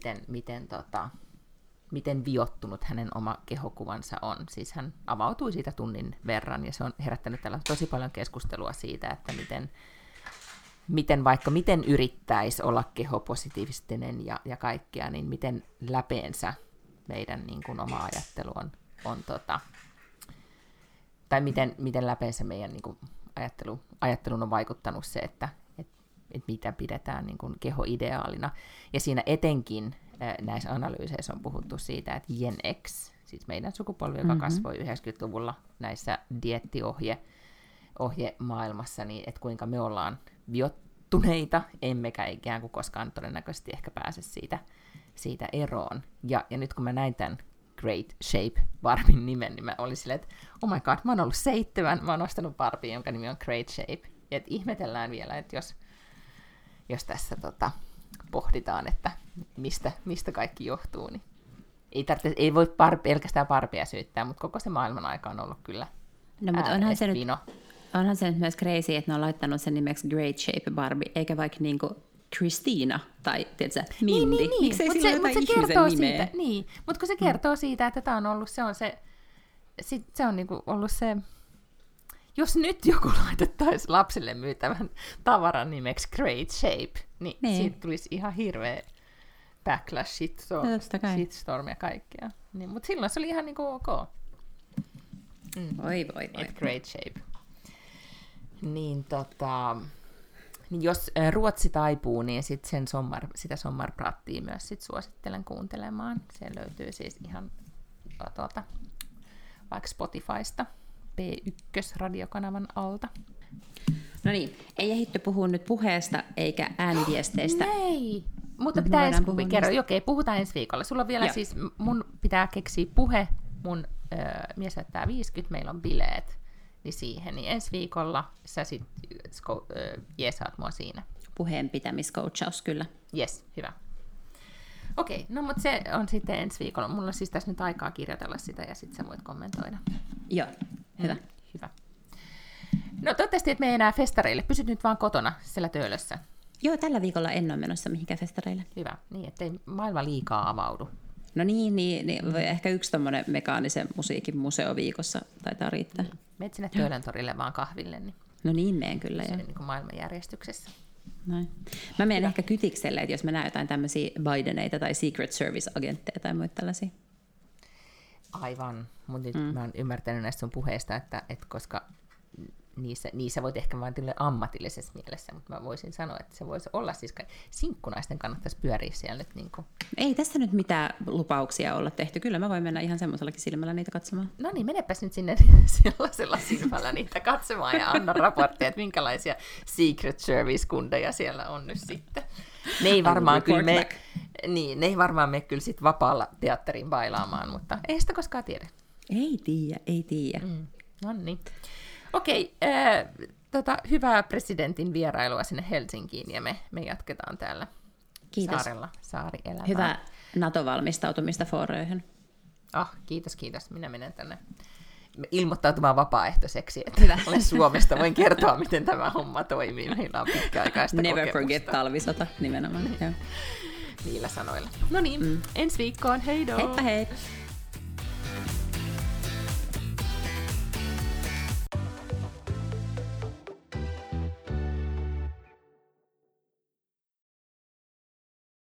miten viottunut hänen oma kehokuvansa on. Siis hän avautui siitä tunnin verran, ja se on herättänyt täällä tosi paljon keskustelua siitä, että miten yrittäisi olla kehopositiivinen ja kaikkea, niin miten läpeensä meidän niin kuin oma ajattelu on tai miten läpeensä meidän niin kuin ajattelun on vaikuttanut se, että mitä pidetään niin kuin kehoideaalina. Ja siinä etenkin näissä analyyseissä on puhuttu siitä, että Gen X, siis meidän sukupolvi, joka kasvoi 90-luvulla näissä dieettiohjemaailmassa, niin että kuinka me ollaan tottuneita, emmekä ikään kuin koskaan todennäköisesti ehkä pääse siitä eroon. Ja nyt kun mä näin tämän Great Shape Barbien nimen, niin mä olin silleen, että oh my god, mä oon ollut 7, mä oon ostanut Barbie, jonka nimi on Great Shape. Ja että ihmetellään vielä, että jos tässä pohditaan, että mistä kaikki johtuu, niin ei voi pelkästään Barbia syyttää, mutta koko se maailman aika on ollut kyllä onhan se nyt myös crazy, että ne on laittanut sen nimeksi Great Shape Barbie, eikä vaikka niinku Christina tai tiedätkö, Mindy. Niin. Miksei sillä ole jotain ihmisen nimeä? Mutta kun se kertoo siitä, että tämä on ollut, se on niinku ollut se, jos nyt joku laitettaisiin lapsille myytävän tavaran nimeksi Great Shape, niin siitä tulisi ihan hirveä backlash, shitstorm ja kaikkea. Niin, mutta silloin se oli ihan niinku ok. Voi. Great Shape. Niin niin jos Ruotsi taipuu, niin sit sitä sommarprattia myös sit suosittelen kuuntelemaan. Se löytyy siis ihan vaikka Spotifysta P1-radiokanavan alta. No niin, ei ehditty puhua nyt puheesta eikä ääniviesteistä. Ei, mutta pitää puhutaan ensi viikolla. Sulla on vielä siis, mun pitää keksiä puhe, mun mies jättää 50, meillä on bileet. Niin siihen, niin ensi viikolla sä sit jeesaat mua siinä. Puheenpitämiscoachaus, kyllä. Yes, hyvä. Okei, no mutta se on sitten ensi viikolla. Mulla on siis tässä nyt aikaa kirjoitella sitä ja sitten sä voit kommentoida. Joo, hyvä. Hyvä. No toivottavasti, että me ei enää festareille. Pysyt nyt vaan kotona siellä Töölössä. Joo, tällä viikolla en ole menossa mihinkään festareille. Hyvä, niin ettei maailma liikaa avaudu. No niin. Ehkä yksi tommonen mekaanisen musiikin museo viikossa taitaa riittää. Meet sinne Töölön torille vaan kahville. Niin no niin, meen kyllä. Se on niin kuin maailmanjärjestyksessä. Noin. Mä menen ehkä kytikselle, että jos mä näen jotain tämmöisiä Bideneita tai Secret Service-agentteja tai muita tällaisia. Aivan, mutta nyt mä oon ymmärtänyt näistä sun puheista, että koska niissä voit ehkä vain ammatillisessa mielessä, mutta mä voisin sanoa, että se voisi olla siis sinkkunaisten kannattaisi pyöriä siellä nyt niin kuin. Ei tässä nyt mitään lupauksia olla tehty. Kyllä mä voin mennä ihan semmoisellakin silmällä niitä katsomaan. No niin, menepäs nyt sinne sellaisella silmällä niitä katsomaan ja anna raportteja, että minkälaisia Secret Service-kundeja siellä on nyt sitten. Ne ei varmaan mene kyllä sit vapaalla teatterin bailaamaan, mutta ei sitä koskaan tiedä. Ei tiedä. No niin. Okei, hyvää presidentin vierailua sinne Helsinkiin ja me jatketaan täällä saarella saarielämää. Hyvää NATO-valmistautumista Fåröhön. Kiitos. Minä menen tänne ilmoittautumaan vapaaehtoiseksi, että olen Suomesta. Voin kertoa, miten tämä homma toimii. Meillä on pitkäaikaista kokemusta. Never forget talvisota nimenomaan. Niillä sanoilla. No niin, ensi viikkoon. Heidoo! Heippa hei!